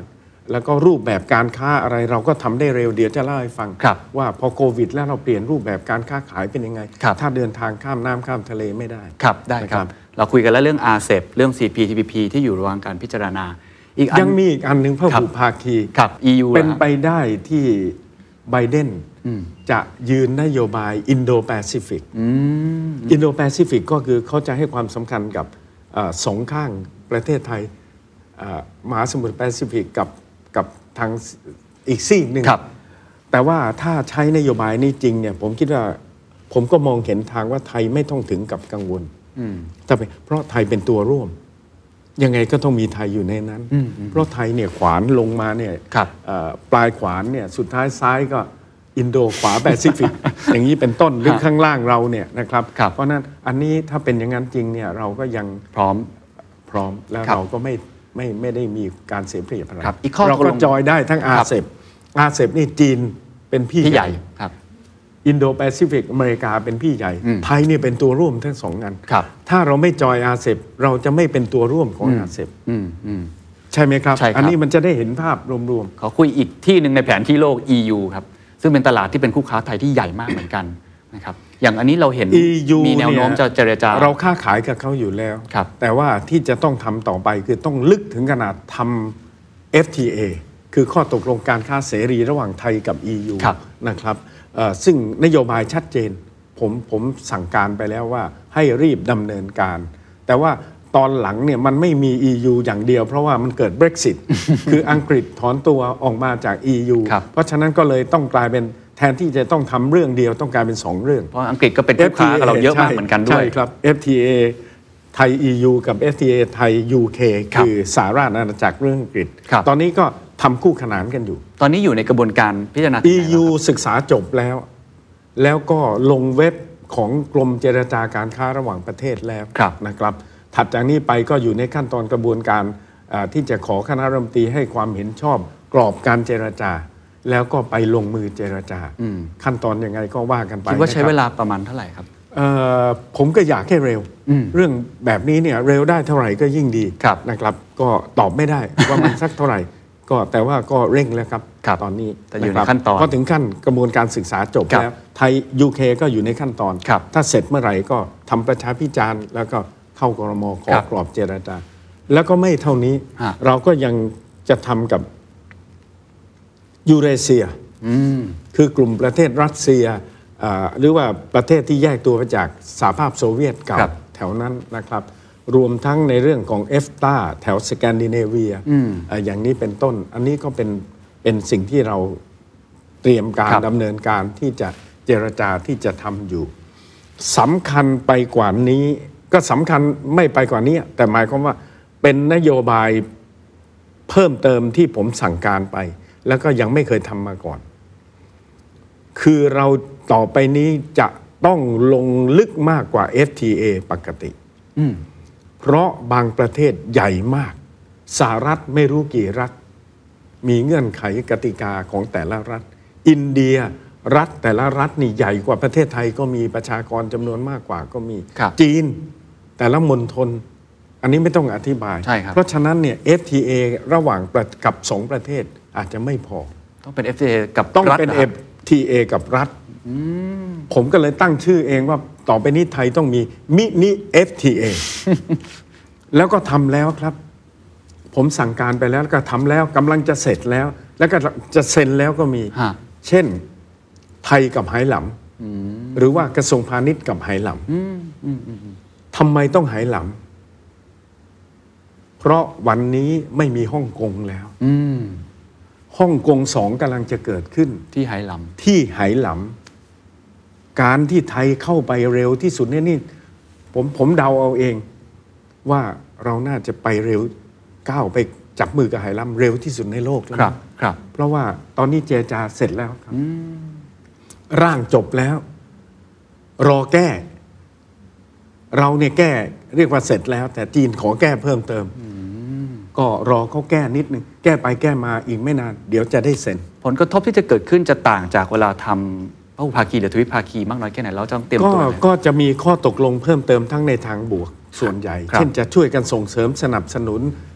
แล้วก็รูปแบบการค้าอะไรเราก็ทำได้เร็วเดี๋ยวจะเล่าให้ฟังว่าพอโควิดแล้วเราเปลี่ยนรูปแบบการค้าขายเป็นยังไงถ้าเดินทางข้ามน้ำข้ามทะเลไม่ได้
ครับได้ครับเราคุยกันแล้วเรื่อง RCEP เรื่อง CPTPP ที่อยู่ระหว่างการพิจารณา
ยังมีอีกอันหนึ่งพหุภาคี
EU
เป็นไปได้ที่ไบเดนจะยืนนโยบายอินโดแปซิฟิกอินโดแปซิฟิกก็คือเขาจะให้ความสำคัญกับสองข้างประเทศไทยมหาสมุทรแปซิฟิกกับทางอีกซีกหนึ่งแต่ว่าถ้าใช้นโยบายนี้จริงเนี่ยผมคิดว่าผมก็มองเห็นทางว่าไทยไม่ต้องถึงกับกังวลเพราะไทยเป็นตัวร่วมยังไงก็ต้องมีไทยอยู่ในนั้นเพราะไทยเนี่ยขวานลงมาเนี่ยปลายขวานเนี่ยสุดท้ายซ้ายก็อินโดขวาแปซิฟิก อย่างนี้เป็นต้นหรือข้างล่างเราเนี่ยนะครับเพราะนั้นอันนี้ถ้าเป็นอย่างนั้นจริงเนี่ยเราก็ยังพร้อมแล้วเราก็ไม่ได้มีการเสียเปรียบอะไรเราก็จอยได้ทั้งอาเซปนี่จีนเป็นพี่ใหญ่อินโดแปซิฟิกอเมริกาเป็นพี่ใหญ่ไทยนี่เป็นตัวร่วมทั้งสองงานถ้าเราไม่จอยอาเซปเราจะไม่เป็นตัวร่วมของอาเซปใช่ไหมครับอันนี้มันจะได้เห็นภาพรวม
ๆเขาคุยอีกที่หนึ่งในแผนที่โลก EU ครับซึ่งเป็นตลาดที่เป็นคู่ค้าไทยที่ใหญ่มากเหมือนกันนะครับอย่างอันนี้เราเห็น
EU
มีแนวโน้มจะเจรจา
เราค้าขายกับเขาอยู่แล้วแต่ว่าที่จะต้องทำต่อไปคือต้องลึกถึงขนาดทำ FTA คือข้อตกลงการค้าเสรีระหว่างไทยกับ EU นะครับซึ่งนโยบายชัดเจนผมสั่งการไปแล้วว่าให้รีบดำเนินการแต่ว่าตอนหลังเนี่ยมันไม่มี EU อย่างเดียวเพราะว่ามันเกิด Brexit คืออังกฤษถอนตัวออกมาจาก EU เพราะฉะนั้นก็เลยต้องกลายเป็นแทนที่จะต้องทำเรื่องเดียวต้องกลายเป็น2เรื่อง
เพราะอังกฤษก็เป็นคู่ค้ากับเราเยอะมากเหมือนกันด้วย
ใช่ครับ FTA ไทย EU กับ FTA ไทย UK คือสหราชอาณาจักรเรื่องอังกฤษตอนนี้ก็ทำคู่ขนานกันอยู่
ตอนนี้อยู่ในกระบวนการพิจารณา
EU ศึกษาจบแล้วก็ลงเว็บของกรมเจรจาการค้าระหว่างประเทศแล้วนะครับถัดจากนี้ไปก็อยู่ในขั้นตอนกระบวนการที่จะขอคณะรัฐมนตรีให้ความเห็นชอบกรอบการเจรจาแล้วก็ไปลงมือเจรจาขั้นตอนยังไงก็ว่ากันไป
คิดว่าใช้เวลาประมาณเท่าไหร่ครับ
ผมก็อยากให้เร็วเรื่องแบบนี้เนี่ยเร็วได้เท่าไหร่ก็ยิ่งดีนะครับก็ตอบไม่ได้ว่ามันสักเท่าไหร่ก็แต่ว่าก็เร่งแล้วครับตอนนี้
แต่อยู่ในขั้นตอน
ก็ถึงขั้นกระบวนการศึกษาจบแล้วไทย UK ก็อยู่ในขั้นตอนถ้าเสร็จเมื่อไหร่ก็ทำประชาพิจารณ์แล้วก็เข้ากรม.ขอกรอบเจรจาแล้วก็ไม่เท่านี้เราก็ยังจะทำกับยูเรเซียคือกลุ่มประเทศรัสเซียหรือว่าประเทศที่แยกตัวมาจากสหภาพโซเวียตเก่าแถวนั้นนะครับรวมทั้งในเรื่องของเอฟตาแถวสแกนดิเนเวียอย่างนี้เป็นต้นอันนี้ก็เป็นสิ่งที่เราเตรียมการดำเนินการที่จะเจรจาที่จะทำอยู่สำคัญไปกว่านี้ก็สำคัญไม่ไปกว่านี้แต่หมายความว่าเป็นนโยบายเพิ่มเติมที่ผมสั่งการไปแล้วก็ยังไม่เคยทำมาก่อนคือเราต่อไปนี้จะต้องลงลึกมากกว่า FTA ปกติเพราะบางประเทศใหญ่มากสหรัฐไม่รู้กี่รัฐมีเงื่อนไขกติกาของแต่ละรัฐอินเดียรัฐแต่ละรัฐนี่ใหญ่กว่าประเทศไทยก็มีประชากรจำนวนมากกว่าก็มีจีนแต่ละมณฑลอันนี้ไม่ต้องอธิบายเพราะฉะนั้นเนี่ย FTA ระหว่างกับ2ประเทศอาจจะไม่พอ
ต้องเป็น FTA กับ
ต้องเป็น FTA กับรัฐผมก็เลยตั้งชื่อเองว่าต่อไปนี้ไทยต้องมีมินิ FTA แล้วก็ทำแล้วครับผมสั่งการไปแล้วก็ทำแล้วกำลังจะเสร็จแล้วแล้วก็จะเซ็นแล้วก็มีเช่นไทยกับไหหลำหรือว่ากระทรวงพาณิชย์กับไหหลำทำไมต้องไหหลำเพราะวันนี้ไม่มีฮ่องกงแล้วฮ่องกง2กำลังจะเกิดขึ้น
ที่ไหหล
ำการที่ไทยเข้าไปเร็วที่สุดนี่ผมเดาเอาเองว่าเราน่าจะไปเร็วก้าวไปจับมือกับไหหลำเร็วที่สุดในโลกแล้ว
ครับ
เพราะว่าตอนนี้เจรจาเสร็จแล้วครับร่างจบแล้วรอแก้เราเนี่ยแก้เรียกว่าเสร็จแล้วแต่จีนขอแก้เพิ่มเติมก็รอเขาแก้นิดนึงแก้ไปแก้มาอีกไม่นานเดี๋ยวจะได้เซ็น
ผลกระทบที่จะเกิดขึ้นจะต่างจากเวลาทำพหุภาคีหรือทวิภาคีมากน้อยแค่ไหนเราต้องเตรียมตัว
ก็จะมีข้อตกลงเพิ่มเติมทั้งในทางบวกส่วนใหญ่เช่นจะช่วยกันส่งเสริมสนับสนุน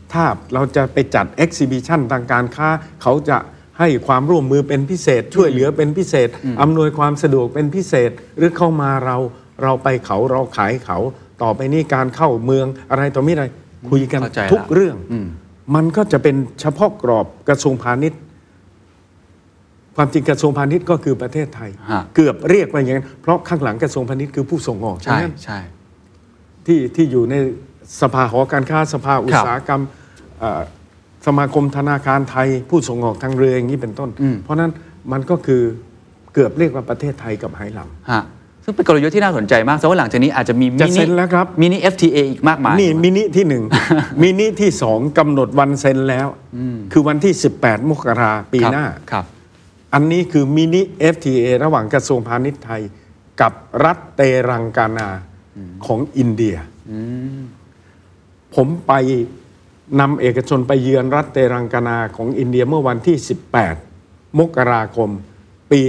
ถ้าเราจะไปจัดเอ็กซิบิชันทางการค้าเขาจะให้ความร่วมมือเป็นพิเศษช่วยเหลือเป็นพิเศษอำนวยความสะดวกเป็นพิเศษหรือเข้ามาเราไปเขาเราขายเขาต่อไปนี้การเข้าเมืองอะไรต่อมิอะไรคุยกันทุกเรื่องมันก็จะเป็นเฉพาะกรอบกระทรวงพาณิชย์ความจริงกระทรวงพาณิชย์ก็คือประเทศไทยเกือบเรียกว่าอย่างนั้นเพราะข้างหลังกระทรวงพาณิชย์คือผู้ส่งออกใช่ที่อยู่ในสภาหอการค้าสภาอุตสาหกรรมสมาคมธนาคารไทยผู้ส่งออกทางเรืออย่างนี้เป็นต้นเพราะนั้นมันก็คือเกือบเรียกว่าประเทศไทยกับไหหลำ
ซึ่งเป็นกลยุทธ์ที่น่าสนใจมากเพราะว่าหลังจากนี้อาจจะมีมินิ FTA อีกมากมาย
นี่มินิที่1 มินิที่2กำหนดวันเซ็นแล้วคือวันที่18มกราคมปีหน้าอันนี้คือมินิ FTA ระหว่างกระทรวงพาณิชย์ไทยกับรัฐเตรังกานาของอินเดียผมไปนำเอกชนไปเยือนรัฐเตรังกานาของอินเดียเมื่อวันที่18มกราคมปี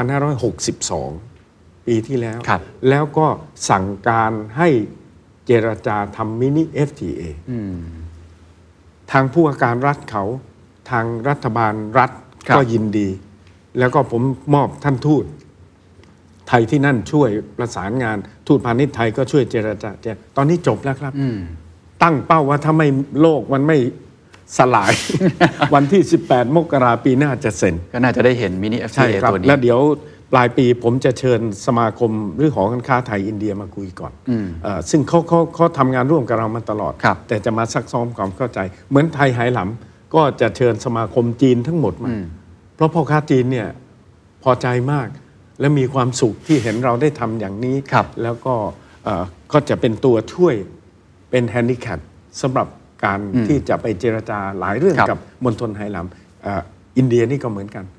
2562ปีที่แล้วแล้วก็สั่งการให้เจรจาทำมินิ FTA ทางผู้ว่าการรัฐเขาทางรัฐบาลรัฐก็ยินดีแล้วก็ผมมอบท่านทูตไทยที่นั่นช่วยประสานงานทูตพาณิชย์ไทยก็ช่วยเจรจาตอนนี้จบแล้วครับตั้งเป้าว่าถ้าไม่โลกมันไม่สลาย วันที่18มกราคมปีหน้าจะเซ็น
ก็น่าจะได้เห็นมินิ FTA ตัวนี้
แล้วเดี๋ยวปลายปีผมจะเชิญสมาคมหรือหอการค้าไทยอินเดียมาคุยก่อนซึ่งเขาทำงานร่วมกับเรามาตลอดแต่จะมาซักซ้อมความเข้าใจเหมือนไทยไหหลำก็จะเชิญสมาคมจีนทั้งหมดมาเพราะพ่อค้าจีนเนี่ยพอใจมากและมีความสุขที่เห็นเราได้ทำอย่างนี้แล้วก็จะเป็นตัวช่วยเป็นแฮนดิแคปสำหรับการที่จะไปเจรจาหลายเรื่องกับมณฑลไหหลำอินเดียนี่ก็เหมือนกัน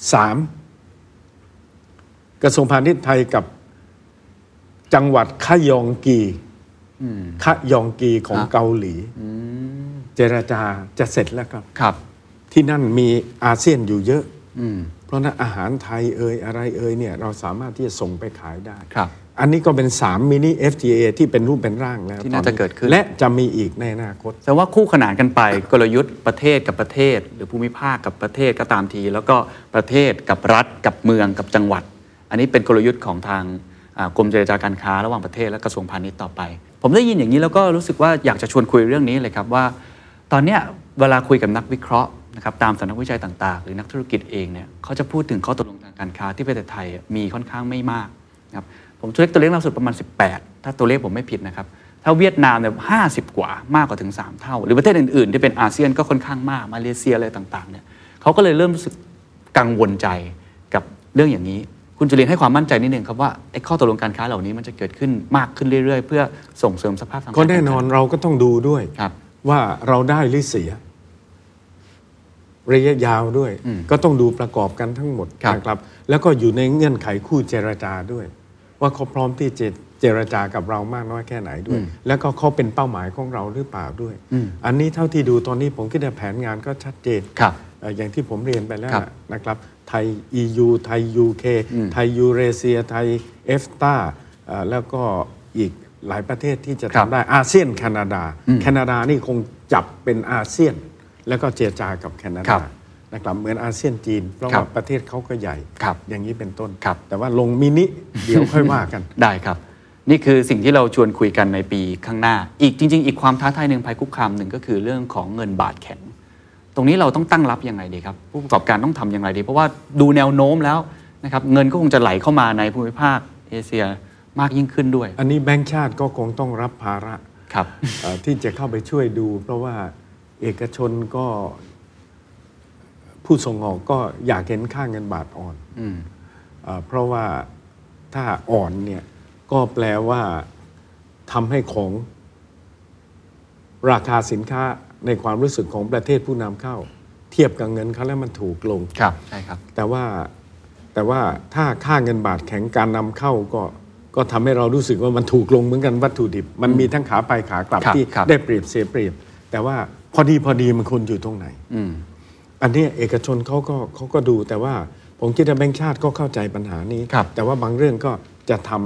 3กระทรวงพาณิชย์ไทยกับจังหวัดคะยองกีของเกาหลีเจรจาจะเสร็จแล้วครับที่นั่นมีอาเซียนอยู่เยอะเพราะนั้นอาหารไทยอะไรเนี่ยเราสามารถที่จะส่งไปขายได้อันนี้ก็เป็น3มินิ FTA ที่เป็นรูปเป็นร่างแล้ว
ที่น่าจะเกิดขึ้น
และจะมีอีกในอนาคต
แต่ว่าคู่ขนานกันไปกลยุทธ์ประเทศกับประเทศหรือภูมิภาคกับประเทศก็ตามทีแล้วก็ประเทศกับรัฐกับเมืองกับจังหวัดอันนี้เป็นกลยุทธ์ของทางกรมเจรจาการค้าระหว่างประเทศและกระทรวงพาณิชย์ต่อไปผมได้ยินอย่างนี้แล้วก็รู้สึกว่าอยากจะชวนคุยเรื่องนี้เลยครับว่าตอนนี้เวลาคุยกับนักวิเคราะห์นะครับตามสำนักวิจัยต่างๆหรือนักธุรกิจเองเนี่ยเขาจะพูดถึงข้อตกลงทางการค้าที่ประเทศไทยมีค่อนข้างไม่มากนะครับผมตัวเลขล่าสุดประมาณ18ถ้าตัวเลขผมไม่ผิดนะครับถ้าเวียดนามเนี่ย50กว่ามากกว่าถึง3เท่าหรือประเทศอื่นๆที่เป็นอาเซียนก็ค่อนข้างมากมาเลเซียอะไรต่างๆเนี่ยเขาก็เลยเริ่มรู้สึกกังวลใจกับเรื่องอย่างนี้คุณจุลินให้ความมั่นใจนิดนึงครับว่าไอ้ข้อตกลงการค้าเหล่านี้มันจะเกิดขึ้นมากขึ้นเรื่อยๆเพื่อส่งเสริมสภาพสังคม
ก็แน่นอนเราก็ต้องดูด้วยว่าเราได้หรือเสียระยะยาวด้วยก็ต้องดูประกอบกันทั้งหมดนะครับแล้วก็อยู่ในเงื่อนไขคู่เจรจาด้วยว่าเขาพร้อมที่จะเจรจากับเรามากน้อยแค่ไหนด้วยแล้วก็เขาเป็นเป้าหมายของเราหรือเปล่าด้วยอันนี้เท่าที่ดูตอนนี้ผมคิดว่าแผนงานก็ชัดเจนอย่างที่ผมเรียนไปแล้วนะครับไทย EU ไทย UK ไทยยูเรเซียไทยเอฟตาแล้วก็อีกหลายประเทศที่จะทำได้อาเซียนแคนาดานี่คงจับเป็นอาเซียนแล้วก็เจรจากับแคนาดานะครับเหมือนอาเซียนจีนเพราะว่าประเทศเขาก็ใหญ่อย่างนี้เป็นต้นแต่ว่าลงมินิเดี๋ยวค่อยว่ากัน
ได้ครับนี่คือสิ่งที่เราชวนคุยกันในปีข้างหน้าอีกจริงๆอีกความท้าทายหนึ่งภัยคุกคามหนึ่งก็คือเรื่องของเงินบาทแข็งตรงนี้เราต้องตั้งรับยังไงดีครับผู้ประกอบการต้องทำอย่างไรดีเพราะว่าดูแนวโน้มแล้วนะครับเงินก็คงจะไหลเข้ามาในภูมิภาคเอเชียมากยิ่งขึ้นด้วย
อันนี้แบงก์ชาติก็คงต้องรับภาระที่จะเข้าไปช่วยดูเพราะว่าเอกชนก็ผู้ส่งออกก็อยากเห็นค่าเงินบาทอ่อนเพราะว่าถ้าอ่อนเนี่ยก็แปลว่าทำให้ของราคาสินค้าในความรู้สึกของประเทศผู้นำเข้าเทียบกับเงินเขาแล้วมันถูกลง
ใช่ครับ
แต่ว่าถ้าค่าเงินบาทแข็งการนำเข้าก็ทำให้เรารู้สึกว่ามันถูกลงเหมือนกันวัตถุดิบมันมีทั้งขาไปขากลับที่ได้เปรียบเสียเปรียบแต่ว่าพอดีมันควรอยู่ตรงไหนอันนี้เอกชนเขาก็ดูแต่ว่าผมคิดว่าแบงก์ชาติก็เข้าใจปัญหานี้แต่ว่าบางเรื่องก็จะท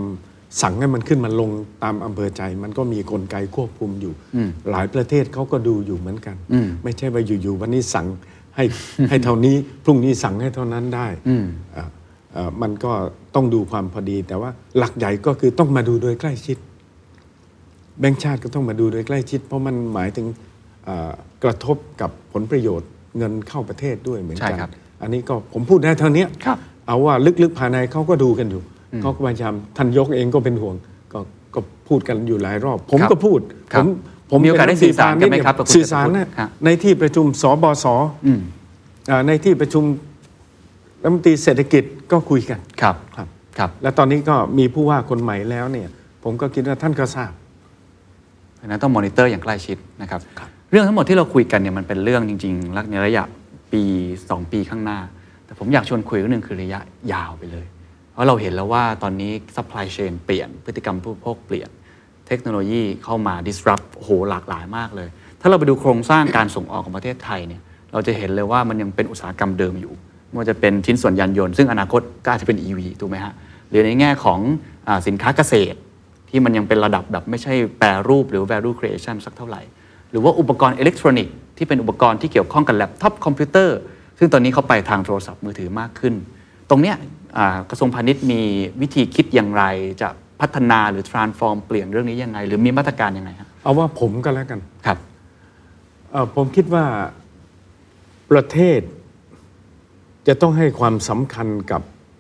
สั่งให้มันขึ้นมาลงตามอำเภอใจมันก็มีกลไกควบคุมอยู่หลายประเทศเขาก็ดูอยู่เหมือนกันไม่ใช่ว่าอยู่ๆวันนี้สั่งให้เท่านี้พรุ่งนี้สั่งให้เท่านั้นได้มันก็ต้องดูความพอดีแต่ว่าหลักใหญ่ก็คือต้องมาดูโดยใกล้ชิดแบงก์ชาติก็ต้องมาดูโดยใกล้ชิดเพราะมันหมายถึงกระทบกับผลประโยชน์เงินเข้าประเทศด้วยเหมือนกันอันนี้ก็ผมพูดได้เท่านี้เอาว่าลึกๆภายในเขาก็ดูกันอยู่เขาก็พยายามท่านยกเองก็เป็นห่วงก็พูดกันอยู่หลายรอบผมก็พูดผม
มีโอกาสได้สื่อสารกันไหมครับ
สื่อสารในที่ประชุมสบสในที่ประชุมรัฐมนตรีเศรษฐกิจก็คุยกันครับและตอนนี้ก็มีผู้ว่าคนใหม่แล้วเนี่ยผมก็คิดว่าท่านก็ทราบ
เพราะนั้นต้องมอนิเตอร์อย่างใกล้ชิดนะครับเรื่องทั้งหมดที่เราคุยกันเนี่ยมันเป็นเรื่องจริงๆในระยะปี2ปีข้างหน้าแต่ผมอยากชวนคุยเรื่องนึงคือระยะยาวไปเลยเพราะเราเห็นแล้วว่าตอนนี้ supply chain เปลี่ยนพฤติกรรมผู้บริโภคเปลี่ยนเทคโนโลยีเข้ามา disrupt โอ้โหหลากหลายมากเลยถ้าเราไปดูโครงสร้างการส่งออกของประเทศไทยเนี่ยเราจะเห็นเลยว่ามันยังเป็นอุตสาหกรรมเดิมอยู่ไม่ว่าจะเป็นชิ้นส่วนยานยนต์ซึ่งอนาคตก็อาจจะเป็น EV ถูกไหมฮะหรือในแง่ของสินค้าเกษตรที่มันยังเป็นระดับแบบไม่ใช่แปรรูปหรือ value creation สักเท่าไหร่หรือว่าอุปกรณ์อิเล็กทรอนิกส์ที่เป็นอุปกรณ์ที่เกี่ยวข้องกับแล็ปท็อปคอมพิวเตอร์ซึ่งตอนนี้เขาไปทางโทรศัพท์มือถือมากขึ้นตรงเนี้ยกระทรวงพาณิชย์มีวิธีคิดอย่างไรจะพัฒนาหรือ transform เปลี่ยนเรื่องนี้ยังไงหรือมีมาตรการยังไงครับ
เอาว่าผมก็แล้วกัน
ครับ
ผมคิดว่าประเทศจะต้องให้ความสำคัญกับ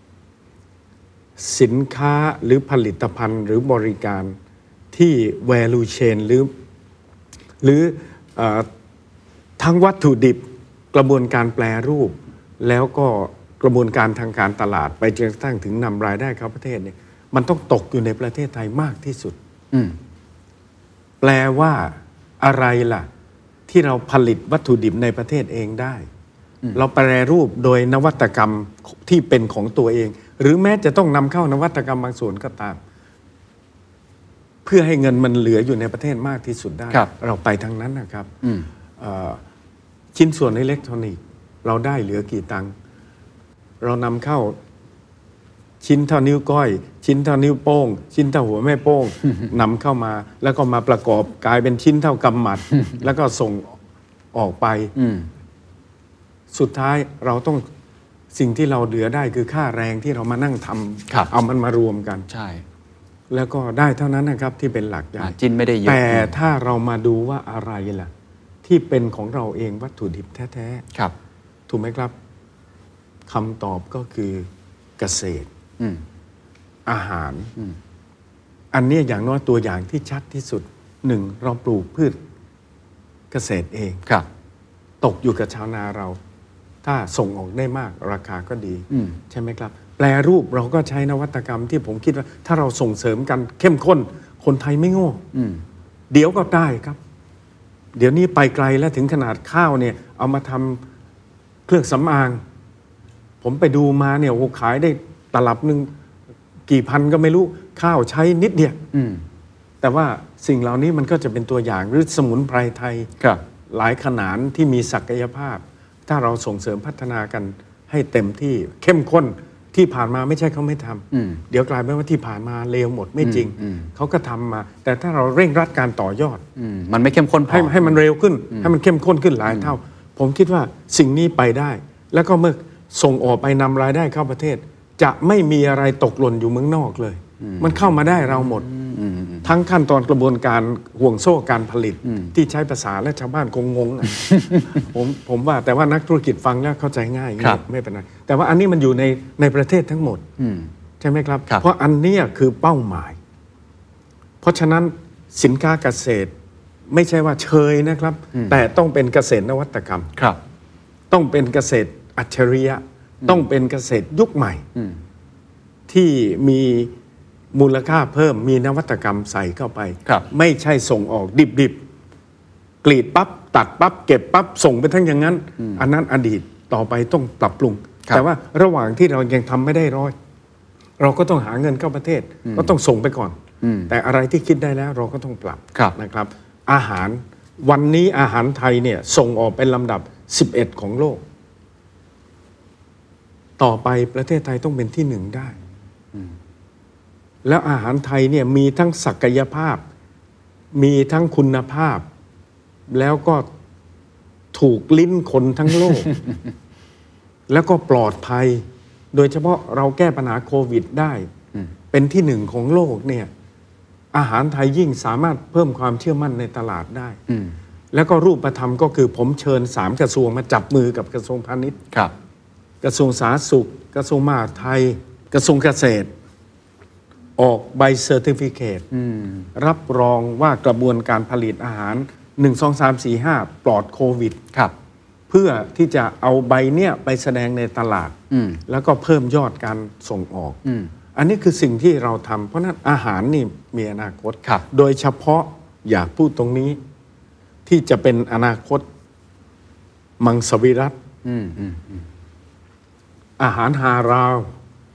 สินค้าหรือผลิตภัณฑ์หรือบริการที่ value chain หรือทั้งวัตถุดิบกระบวนการแปรรูปแล้วก็กระบวนการทางการตลาดไปจนกระทั่งถึงนำรายได้เข้าประเทศเนี่ยมันต้องตกอยู่ในประเทศไทยมากที่สุดแปลว่าอะไรล่ะที่เราผลิตวัตถุดิบในประเทศเองได้เราแปรรูปโดยนวัตกรรมที่เป็นของตัวเองหรือแม้จะต้องนำเข้านวัตกรรมบางส่วนก็ตามเพื่อให้เงินมันเหลืออยู่ในประเทศมากที่สุดได้เราไปทางนั้นนะครับชิ้นส่วนอิเล็กทรอนิกส์เราได้เหลือกี่ตังค์เรานำเข้าชิ้นเท่านิ้วก้อยชิ้นเท่านิ้วโป้งชิ้นเท่าหัวแม่โป้งนำเข้ามาแล้วก็มาประกอบกลายเป็นชิ้นเท่ากำหมัดแล้วก็ส่งออกไปสุดท้ายเราต้องสิ่งที่เราเหลือได้คือค่าแรงที่เรามานั่งทำเอามันมารวมกัน
ใช่
แล้วก็ได้เท่านั้นนะครับที่เป็นหลักใหญ่
จิ้นไม่ได้เยอะ
แต่ถ้าเรามาดูว่าอะไรล่ะที่เป็นของเราเองวัตถุดิบแท้
ๆครับ
ถูกไหมครับคำตอบก็คือเกษตรอาหารอันนี้อย่างน้อยตัวอย่างที่ชัดที่สุดหนึ่งเราปลูกพืชเกษตรเองตกอยู่กับชาวนาเราถ้าส่งออกได้มากราคาก็ดีใช่ไหมครับแปรรูปเราก็ใช้นวัตกรรมที่ผมคิดว่าถ้าเราส่งเสริมกันเข้มข้นคนไทยไม่โง่เดี๋ยวก็ได้ครับเดี๋ยวนี้ไปไกลแล้วถึงขนาดข้าวเนี่ยเอามาทำเครื่องสำอางผมไปดูมาเนี่ยโอ้ขายได้ตลับนึงกี่พันก็ไม่รู้ข้าวใช้นิดเดียวแต่ว่าสิ่งเหล่านี้มันก็จะเป็นตัวอย่างหรือสมุนไพรไทยหลายขนาดที่มีศักยภาพถ้าเราส่งเสริมพัฒนากันให้เต็มที่เข้มข้นที่ผ่านมาไม่ใช่เขาไม่ทำเดี๋ยวกลายเป็นว่าที่ผ่านมาเลวหมดไม่จริงเขาก็ทำมาแต่ถ้าเราเร่งรัดการต่อยอด
มันไม่เข้มข้นพอ
ให้มันเร็วขึ้นให้มันเข้มข้นขึ้นหลายเท่าผมคิดว่าสิ่งนี้ไปได้แล้วก็เมื่อส่งออกไปนำรายได้เข้าประเทศจะไม่มีอะไรตกหล่นอยู่เมืองนอกเลยมันเข้ามาได้เราหมดทั้งขั้นตอนกระบวนการห่วงโซ่การผลิตที่ใช้ภาษาและชาวบ้านคงงงผมว่าแต่ว่านักธุรกิจฟังแล้วเข้าใจง่ายไม่เป็นไรแต่ว่าอันนี้มันอยู่ในประเทศทั้งหมดใช่ไหมครับเพราะอันนี้คือเป้าหมายเพราะฉะนั้นสินค้าเกษตรไม่ใช่ว่าเชยนะครับแต่ต้องเป็นเกษตรนวัตกรรมต้องเป็นเกษตรอัจฉริยะต้องเป็นเกษตรยุคใหม่ที่มีมูลค่าเพิ่มมีนวัตกรรมใส่เข้าไปไม่ใช่ส่งออกดิบๆกรีดปั๊บตัดปั๊บเก็บปั๊บส่งไปทั้งอย่างนั้นอันนั้นอดีตต่อไปต้องปรับปรุงแต่ว่าระหว่างที่เรายังทำไม่ได้ร้อยเราก็ต้องหาเงินเข้าประเทศก็ต้องส่งไปก่อนแต่อะไรที่คิดได้แล้วเราก็ต้องปรับนะครับอาหารวันนี้อาหารไทยเนี่ยส่งออกเป็นลำดับ11ของโลกต่อไปประเทศไทยต้องเป็นที่1ได้แล้วอาหารไทยเนี่ยมีทั้งศักยภาพมีทั้งคุณภาพแล้วก็ถูกลิ้นคนทั้งโลก แล้วก็ปลอดภัยโดยเฉพาะเราแก้ปัญหาโควิดได้เป็นที่หนึ่งของโลกเนี่ยอาหารไทยยิ่งสามารถเพิ่มความเชื่อมั่นในตลาดได้แล้วก็รูปธรรมก็คือผมเชิญ3กระทรวงมาจับมือกับกระทรวงพาณิชย์กระทรวงสาธารณสุขกระทรวงมหาดไทยกระทรวงเกษตรออกใบเซอร์ติฟิเคตรับรองว่ากระบวนการผลิตอาหาร1 2 3 4 5ปลอดโควิดเพื่อที่จะเอาใบเนี้ยไปแสดงในตลาดแล้วก็เพิ่มยอดการส่งออกอันนี้คือสิ่งที่เราทำเพราะนั้นอาหารนี่มีอนาคตโดยเฉพาะอยากพูดตรงนี้ที่จะเป็นอนาคตมังสวิรัติอาหารฮาลาล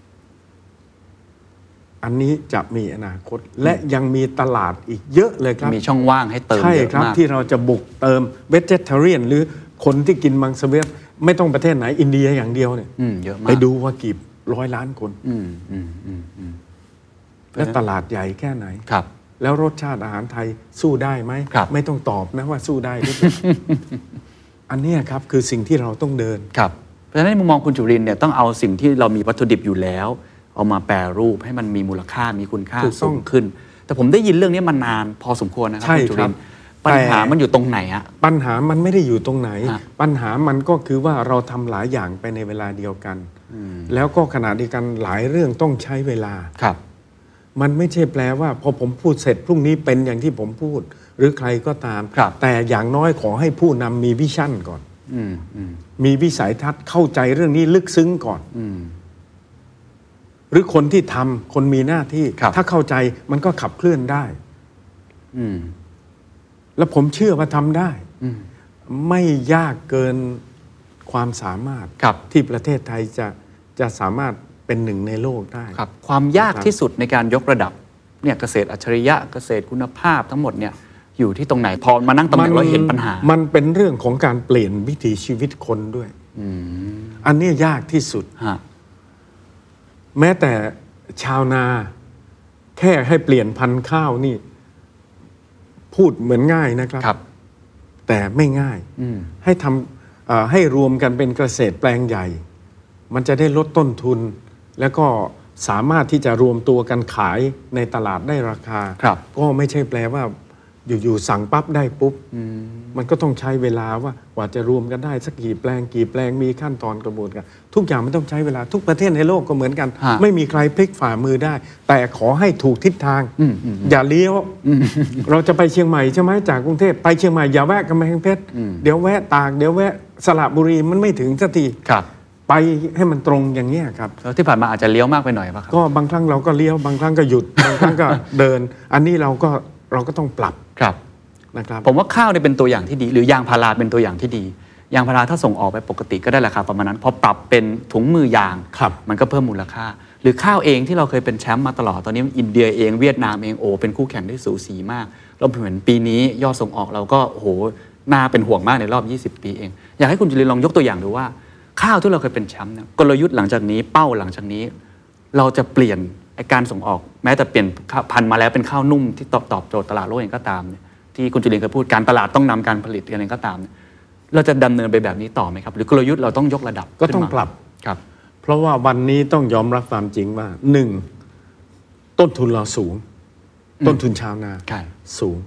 อันนี้จะมีอนาคตและยังมีตลาดอีกเยอะเลยครับ
มีช่องว่างให้เติม
ใช่ครับที่เราจะบุกเติมเวจเทเรียนหรือคนที่กินมังสวิรัติไม่ต้องประเทศไหนอินเดียอย่างเดียวเนี่ย
เยอะมาก
ไปดูว่ากี่100 ล้านคนและตลาดใหญ่แค่ไหนแล้วรสชาติอาหารไทยสู้ได้ไหมไม่ต้องตอบนะว่าสู้ได้หรือเปล่า อันนี้ครับคือสิ่งที่เราต้องเดิน
ครับเพราะฉะนั้นในมุมมองคุณจุรินทร์เนี่ยต้องเอาสิ่งที่เรามีวัตถุดิบอยู่แล้วเอามาแปรรูปให้มันมีมูลค่ามีคุณค่าสูงขึ้นแต่ผมได้ยินเรื่องนี้มานานพอสมควรนะครับคุณจุรินทร์ปัญหามันอยู่ตรงไหนฮะ
ปัญหามันไม่ได้อยู่ตรงไหนปัญหามันก็คือว่าเราทำหลายอย่างไปในเวลาเดียวกันแล้วก็ขณะเดียวกันหลายเรื่องต้องใช้เวลา
ครับ
มันไม่ใช่แปลว่าพอผมพูดเสร็จพรุ่งนี้เป็นอย่างที่ผมพูดหรือใครก็ตามแต่อย่างน้อยขอให้ผู้นำมีวิชั่นก่อนมีวิสัยทัศน์เข้าใจเรื่องนี้ลึกซึ้งก่อนหรือคนที่ทำคนมีหน้าที่ถ้าเข้าใจมันก็ขับเคลื่อนได้แล้วผมเชื่อว่าทำได้ไม่ยากเกินความสามารถที่ประเทศไทยจะสามารถเป็นหนึ่งในโลกได้
ความยากที่สุดในการยกระดับเนี่ยเกษตรอัจฉริยะเกษตรคุณภาพทั้งหมดเนี่ยอยู่ที่ตรงไหนพอมานั่งตำแหน่งเราเห็นปัญหา
มันเป็นเรื่องของการเปลี่ยนวิถีชีวิตคนด้วยอันนี้ยากที่สุดแม้แต่ชาวนาแค่ให้เปลี่ยนพันธุ์ข้าวนี่พูดเหมือนง่ายนะครับแต่ไม่ง่ายให้ทำให้รวมกันเป็นเกษตรแปลงใหญ่มันจะได้ลดต้นทุนแล้วก็สามารถที่จะรวมตัวกันขายในตลาดได้ราคาก็ไม่ใช่แปลว่าอยู่ๆสั่งปั๊บได้ปุ๊บมันก็ต้องใช้เวลาว่ากว่าจะรวมกันได้สักกี่แปลงมีขั้นตอนกระบวนการทุกอย่างมันต้องใช้เวลาทุกประเทศในโลกก็เหมือนกันไม่มีใครพลิกฝ่ามือได้แต่ขอให้ถูกทิศทางอย่าเลี้ยวเราจะไปเชียงใหม่ใช่ไหมจากกรุงเทพไปเชียงใหม่อย่าแวะกำแพงเพชรเดี๋ยวแวะตากเดี๋ยวแวะสระบุรีมันไม่ถึงสักทีไปให้มันตรงอย่างนี้ครับ
ที่ผ่านมาอาจจะเลี้ยวมากไปหน่อยป่ะครับ
ก็บางครั้งเราก็เลี้ยวบางครั้งก็หยุดบางครั้งก็เดินอันนี้เราก็ต้องปรับนะครับ
ผมว่าข้าวเนี่ยเป็นตัวอย่างที่ดีหรือยางพาราเป็นตัวอย่างที่ดียางพาราถ้าส่งออกไปปกติก็ได้ราคาประมาณนั้นพอปรับเป็นถุงมือยางมันก็เพิ่มมูลค่าหรือข้าวเองที่เราเคยเป็นแชมป์มาตลอดตอนนี้อินเดียเองเวียดนามเองเป็นคู่แข่งที่สูสีมากเราเห็นปีนี้ยอดส่งออกเราก็โอ้โหน่าเป็นห่วงมากในรอบ20 ปีเองอยากให้คุณจุลินลองยกตัวอย่างดูว่าข้าวที่เราเคยเป็นแชมป์เนี่ยกลยุทธ์หลังจากนี้เป้าหลังจากนี้เราจะเปลี่ยนการส่งออกแม้แต่เปลี่ยนพันธุ์มาแล้วเป็นข้าวนุ่มที่ตอบโจทย์ตลาดโลกเองก็ตามเนี่ยที่คุณจุลินเคยพูดการตลาดต้องนำการผลิตกันเองก็ตามเราจะดำเนินไปแบบนี้ต่อไหมครับหรือกลยุทธ์เราต้องยกระดับ
ก็ต้องปรับ
ครับ
เพราะว่าวันนี้ต้องยอมรับความจริงว่า1ต้นทุนเราสูงต้นทุนชาวนาสูง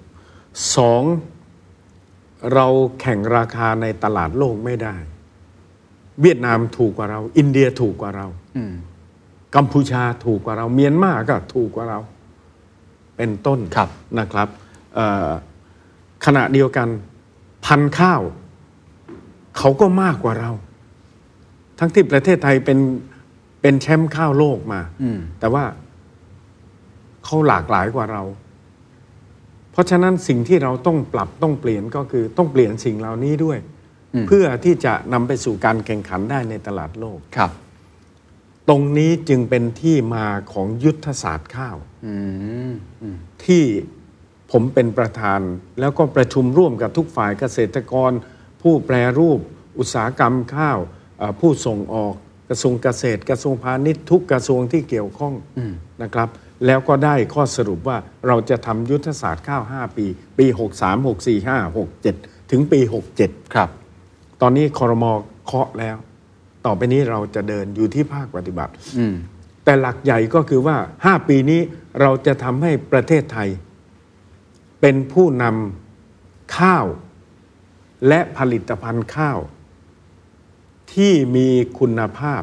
2เราแข่งราคาในตลาดโลกไม่ได้เวียดนามถูกกว่าเราอินเดียถูกกว่าเรากัมพูชาถูกกว่าเราเมียนมาก็ถูกกว่าเราเป็นต้นนะครับขณะเดียวกันพันธุ์ข้าวเขาก็มากกว่าเราทั้งที่ประเทศไทยเป็นแชมป์ข้าวโลกมาแต่ว่าเขาหลากหลายกว่าเราเพราะฉะนั้นสิ่งที่เราต้องปรับต้องเปลี่ยนก็คือต้องเปลี่ยนสิ่งเหล่านี้ด้วยเพื่อที่จะนำไปสู่การแข่งขันได้ในตลาดโลกตรงนี้จึงเป็นที่มาของยุทธศาสตร์ข้าวที่ผมเป็นประธานแล้วก็ประชุมร่วมกับทุกฝ่ายเกษตรกรผู้แปรรูปอุตสาหกรรมข้าวผู้ส่งออกกระทรวงเกษตรกระทรวงพาณิชย์ทุกกระทรวงที่เกี่ยวข้องนะครับแล้วก็ได้ข้อสรุปว่าเราจะทำยุทธศาสตร์ข้าว5ปีปี63 64 5 67ถึงปี67
ครับ
ตอนนี้ครม.เคาะแล้วต่อไปนี้เราจะเดินอยู่ที่ภาคปฏิบัติแต่หลักใหญ่ก็คือว่า5ปีนี้เราจะทำให้ประเทศไทยเป็นผู้นำข้าวและผลิตภัณฑ์ข้าวที่มีคุณภาพ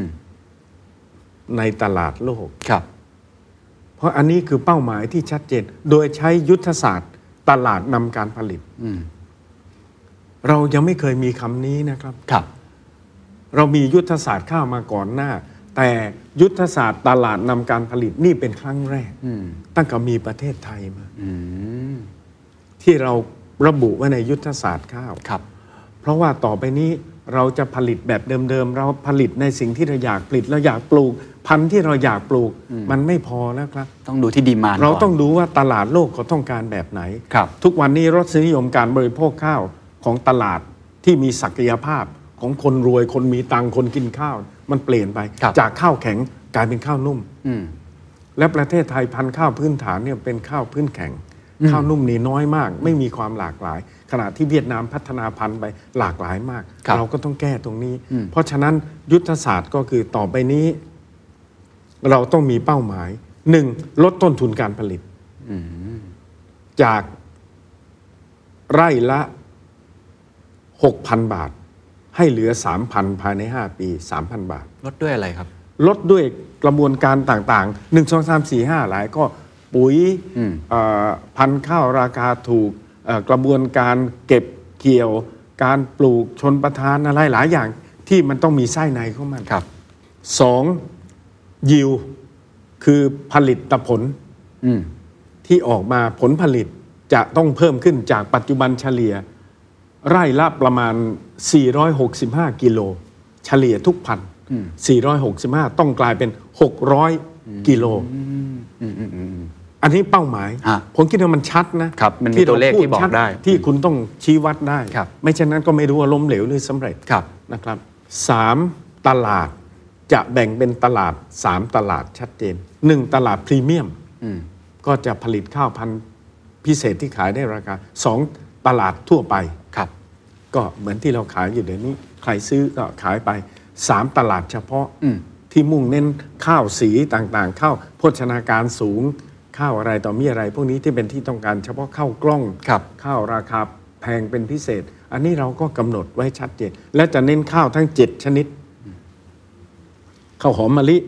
ในตลาดโลก
ครับ
เพราะอันนี้คือเป้าหมายที่ชัดเจนโดยใช้ยุทธศาสตร์ตลาดนำการผลิตเรายังไม่เคยมีคำนี้นะครับเรามียุทธศาสตร์ข้าวมาก่อนหน้าแต่ยุทธศาสตร์ตลาดนำการผลิตนี่เป็นครั้งแรกตั้งแต่มีประเทศไทยมาที่เราระบุไว้ในยุทธศาสตร์ข้าวเพราะว่าต่อไปนี้เราจะผลิตแบบเดิมๆเราผลิตในสิ่งที่เราอยากผลิตเราอยากปลูกพันธุ์ที่เราอยากปลูกมันไม่พอแล้วครับ
ต้องดูที่ดีมานด์
เราต้องดูว่าตลาดโลกเขาต้องการแบบไหนทุกวันนี้รสนิยมการบริโภคข้าวของตลาดที่มีศักยภาพของคนรวยคนมีตังค์คนกินข้าวมันเปลี่ยนไปจากข้าวแข็งกลายเป็นข้าวนุ่มและประเทศไทยพันธุ์ข้าวพื้นฐานเนี่ยเป็นข้าวพื้นแข็งข้าวนุ่มนี่น้อยมากไม่มีความหลากหลายขณะที่เวียดนามพัฒนาพันธุ์ไปหลากหลายมากเราก็ต้องแก้ตรงนี้เพราะฉะนั้นยุทธศาสตร์ก็คือต่อไปนี้เราต้องมีเป้าหมาย1ลดต้นทุนการผลิตจากไร่ละ 6,000 บาทให้เหลือ 3,000 ภายใน 5 ปี 3,000 บาท
ลดด้วยอะไรครับ
ลดด้วยกระบวนการต่างๆ1 2 3 4 5หลายก็ปุ๋ยพันธุ์ข้าวราคาถูกกระบวนการเก็บเกี่ยวการปลูกชนประทานอะไรหลายอย่างที่มันต้องมีไส้ในของมัน2ยิวคือผลิตผลที่ออกมาผลผลิตจะต้องเพิ่มขึ้นจากปัจจุบันเฉลี่ยไร่ละประมาณ465กิโลเฉลี่ยทุกพัน465ต้องกลายเป็น600กิโลอันนี้เป้าหมายผมคิดว่ามันชัดนะ
มันมีตัวเลขที่บอกได้
ที่คุณต้องชี้วัดได้ไม่เช่นนั้นก็ไม่รู้ว่าล้มเหลวหรือสำเร็จนะครับ3ตลาดจะแบ่งเป็นตลาด3ตลาดชัดเจน1ตลาดพรีเมียมก็จะผลิตข้าวพันธุ์พิเศษที่ขายได้ราคา2ตลาดทั่วไปก็เหมือนที่เราขายอยู่เดี๋ยวนี้ใครซื้อก็ขายไป3ตลาดเฉพาะที่มุ่งเน้นข้าวสีต่างๆข้าวโภชนาการสูงข้าวอะไรต่อมีอะไรพวกนี้ที่เป็นที่ต้องการเฉพาะข้าวกล้องข้าวราคาแพงเป็นพิเศษอันนี้เราก็กำหนดไว้ชัดเจนและจะเน้นข้าวทั้ง7ชนิดข้าวหอมมะลิ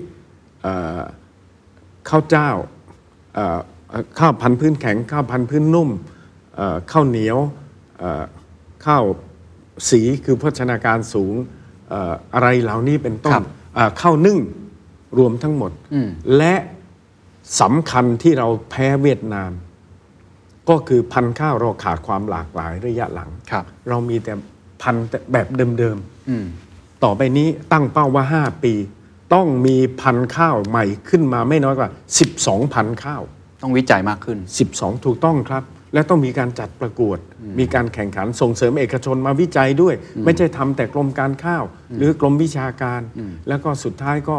ข้าวเจ้าข้าวพันธุ์พื้นแข็งข้าวพันธุ์พื้นนุ่มข้าวเหนียวข้าวสีคือโภชนาการสูงอะไรเหล่านี้เป็นต้นข้าวนึ่งรวมทั้งหมดและสำคัญที่เราแพ้เวียดนามก็คือพันธุ์ข้าวเราขาดความหลากหลายระยะหลังเรามีแต่พันธุ์แบบเดิมๆต่อไปนี้ตั้งเป้าว่า5ปีต้องมีพันธุ์ข้าวใหม่ขึ้นมาไม่น้อยกว่า12พันธุ์ข้าว
ต้องวิจัยมากขึ้น
12ถูกต้องครับและต้องมีการจัดประกวดมีการแข่งขันส่งเสริมเอกชนมาวิจัยด้วยไม่ใช่ทำแต่กรมการข้าวหรือกรมวิชาการแล้วก็สุดท้ายก็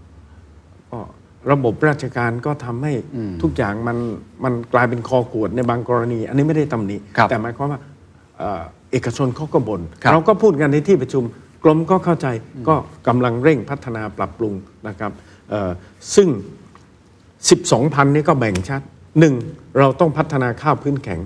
ระบบราชการก็ทำให้ทุกอย่างมันกลายเป็นคอขวดในบางกรณีอันนี้ไม่ได้ตำหนิแต่หมายความว่าเอกชนเขาก็บ่นเราก็พูดกันในที่ประชุมกรมก็เข้าใจก็กำลังเร่งพัฒนาปรับปรุงนะครับซึ่ง 12,000 นี้ก็แบ่งชัด1เราต้องพัฒนาข้าวพื้นแข็ง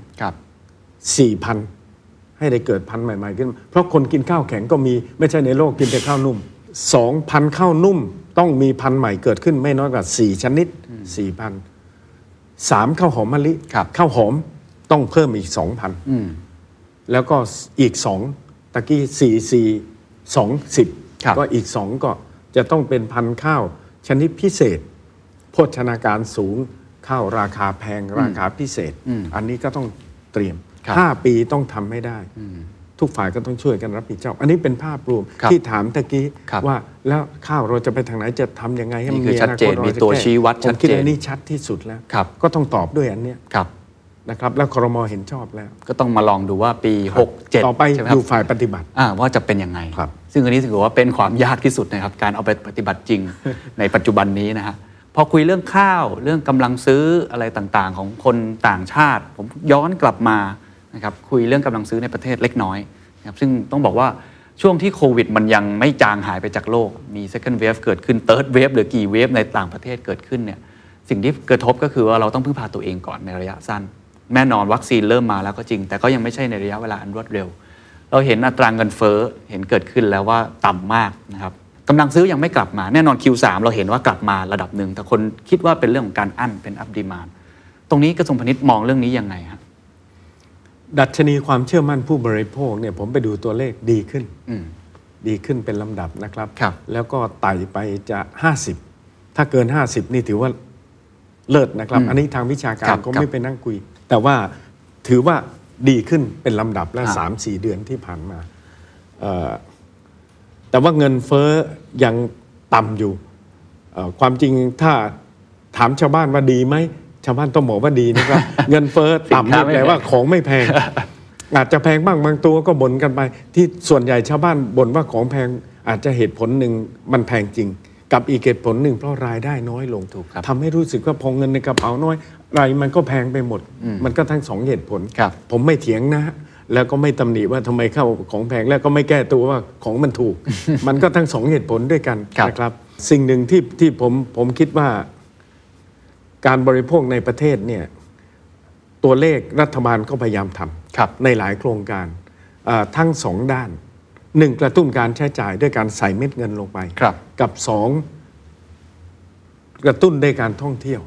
4,000 ให้ได้เกิดพันธุ์ใหม่ๆขึ้นเพราะคนกินข้าวแข็งก็มีไม่ใช่ในโลกกินแต่ข้าวนุ่ม 2,000 ข้าวนุ่มต้องมีพันธุ์ใหม่เกิดขึ้นไม่น้อยกว่า4ชนิด 4,000 3ข้าวหอมมะลิข้าวหอมต้องเพิ่มอีก 2,000 แล้วก็อีก2ตะกี้4,4,20ก็อีก2ก็จะต้องเป็นพันธุ์ข้าวชนิดพิเศษโภชนาการสูงข้าวราคาแพงราคาพิเศษอันนี้ก็ต้องเตรียม5ปีต้องทำให้ได้ทุกฝ่ายก็ต้องช่วยกันรับผิดชอบอันนี้เป็นภาพรวมที่ถามตะกี้ว่าแล้วข้าวเราจะไปทางไหนจะทำยังไงให้มันมี
ชัดเจนมีตัวชี้วัดชัดเจน
อันนี้ชัดที่สุดแล้วก็ต้องตอบด้วยอันนี้นะครับแล้วครม.เห็นชอบแล้ว
ก็ต้องมาลองดูว่าปี67
ต่อไปอยู่ฝ่ายปฏิบัติ
ว่าจะเป็นยังไงซึ่งอันนี้ถือว่าเป็นความยากที่สุดนะครับการเอาไปปฏิบัติจริง ในปัจจุบันนี้นะฮะพอคุยเรื่องข้าวเรื่องกำลังซื้ออะไรต่างๆของคนต่างชาติผมย้อนกลับมานะครับคุยเรื่องกำลังซื้อในประเทศเล็กน้อยนะครับซึ่งต้องบอกว่าช่วงที่โควิดมันยังไม่จางหายไปจากโลกมี second wave เกิดขึ้น third wave หรือกี่ wave ในต่างประเทศเกิดขึ้นเนี่ยสิ่งที่กระทบก็คือว่าเราต้องพึ่งพาตัวเองก่อนในระยะสั้นแน่นอนวัคซีนเริ่มมาแล้วก็จริงแต่ก็ยังไม่ใช่ในระยะเวลาอันรวดเร็วเราเห็นอัตราเงินเฟ้อเห็นเกิดขึ้นแล้วว่าต่ำมากนะครับกำลังซื้อยังไม่กลับมาแน่นอน Q3 เราเห็นว่ากลับมาระดับหนึ่งแต่คนคิดว่าเป็นเรื่องของการอั้นเป็นอัพดีมานด์ตรงนี้กระทรวงพาณิชย์มองเรื่องนี้ยังไงครับ
ดัชนีความเชื่อมั่นผู้บริโภคเนี่ยผมไปดูตัวเลขดีขึ้นเป็นลำดับนะครับแล้วก็ไต่ไปจะ50ถ้าเกิน50นี่ถือว่าเลิศนะครับอันนี้ทางวิชาการก็ไม่ไปนั่งคุยแต่ว่าถือว่าดีขึ้นเป็นลำดับและ 3-4 เดือนที่ผ่านมาแต่ว่าเงินเฟ้อยังต่ำอยู่ความจริงถ้าถามชาวบ้านว่าดีไหมชาวบ้านต้องบอกว่าดีนะครับ เงินเฟ้อต่ำนี่แปลว่าของไม่แพง อาจจะแพงบ้างบางตัวก็บ่นกันไปที่ส่วนใหญ่ชาวบ้านบ่นว่าของแพงอาจจะเหตุผลหนึ่งมันแพงจริงกับอีกเหตุผลหนึ่งเพราะรายได้น้อยลงทำให้รู้สึกว่าพอเงินในกระเป๋าน้อยอะไรมันก็แพงไปหมดมันก็ทั้งสองเหตุผลผมไม่เถียงนะแล้วก็ไม่ตำหนิว่าทำไมเข้าของแพงแล้วก็ไม่แก้ตัวว่าของมันถูก มันก็ทั้งสองเหตุผลด้วยกันนะครับสิ่งหนึ่งที่ผมคิดว่าการบริโภคในประเทศเนี่ยตัวเลขรัฐบาลก็พยายามทำในหลายโครงการทั้งสองด้านหนึ่งกระตุ้นการใช้จ่ายด้วยการใส่เม็ดเงินลงไปกับสองกระตุ้นด้วยการท่องเที่ยว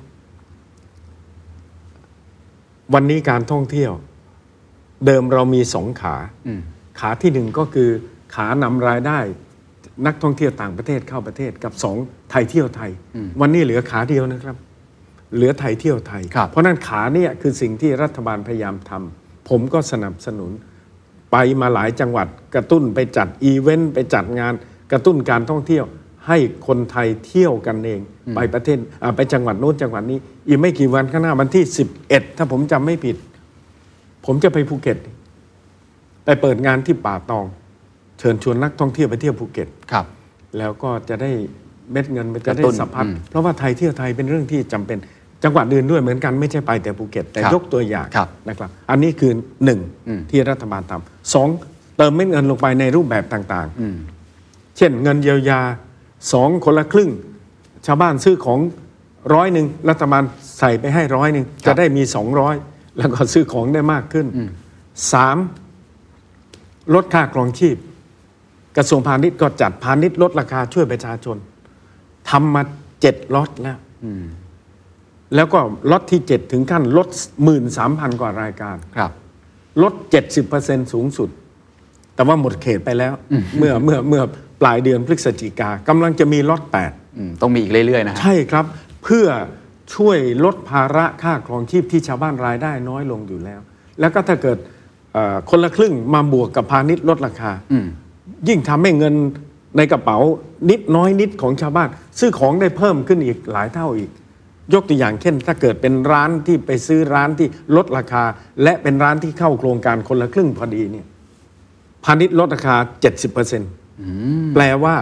วันนี้การท่องเที่ยวเดิมเรามีสองขาที่หนึ่งก็คือขานำรายได้นักท่องเที่ยวต่างประเทศเข้าประเทศกับสองไทยเที่ยวไทยวันนี้เหลือขาเดียวนะครับเหลือไทยเที่ยวไทยเพราะนั้นขาเนี่ยคือสิ่งที่รัฐบาลพยายามทำผมก็สนับสนุนไปมาหลายจังหวัดกระตุ้นไปจัดอีเวนต์ไปจัดงานกระตุ้นการท่องเที่ยวให้คนไทยเที่ยวกันเองไปประเทศไปจังหวัดโน้นจังหวัดนี้อีกไม่กี่วันข้างหน้าวันที่11ถ้าผมจำไม่ผิดผมจะไปภูเก็ตไปเปิดงานที่ป่าตองเชิญชวนนักท่องเที่ยวไปเที่ยวภูเก็ตแล้วก็จะได้เม็ดเงินมันจะได้สะพัดเพราะว่าไทยเที่ยวไทยเป็นเรื่องที่จำเป็นจังหวัดอื่นด้วยเหมือนกันไม่ใช่ไปแต่ภูเก็ตแต่ยกตัวอย่างนะครับอันนี้คือ1ที่รัฐบาลทำ2เติมเม็ดเงินลงไปในรูปแบบต่างๆเช่นเงินเยียวยา2คนละครึ่งชาวบ้านซื้อของ100รัฐบาลใส่ไปให้100จะได้มี200แล้วก็ซื้อของได้มากขึ้น3ลดค่าครองชีพกระทรวงพาณิชย์ก็จัดพาณิชย์ลดราคาช่วยประชาชนทำมา7ล็อตแล้วก็ล็อตที่7ถึงขั้นลด 13,000 กว่ารายการลด 70% สูงสุดแต่ว่าหมดเขตไปแล้วเมื่อปลายเดือนพฤศจิกากำลังจะมีล็อต8
ต้องมีอีกเรื่อยๆนะ
ใช่ครับเพื่อช่วยลดภาระค่าครองชีพที่ชาวบ้านรายได้น้อยลงอยู่แล้วแล้วก็ถ้าเกิดคนละครึ่งมาบวกกับพาณิชย์ลดราคายิ่งทำให้เงินในกระเป๋านิดน้อยนิดของชาวบ้านซื้อของได้เพิ่มขึ้นอีกหลายเท่าอีกยกตัวอย่างเช่นถ้าเกิดเป็นร้านที่ไปซื้อร้านที่ลดราคาและเป็นร้านที่เข้าโครงการคนละครึ่งพอดีเนี่ยพาณิชย์ลดราคา 70% แปลว่า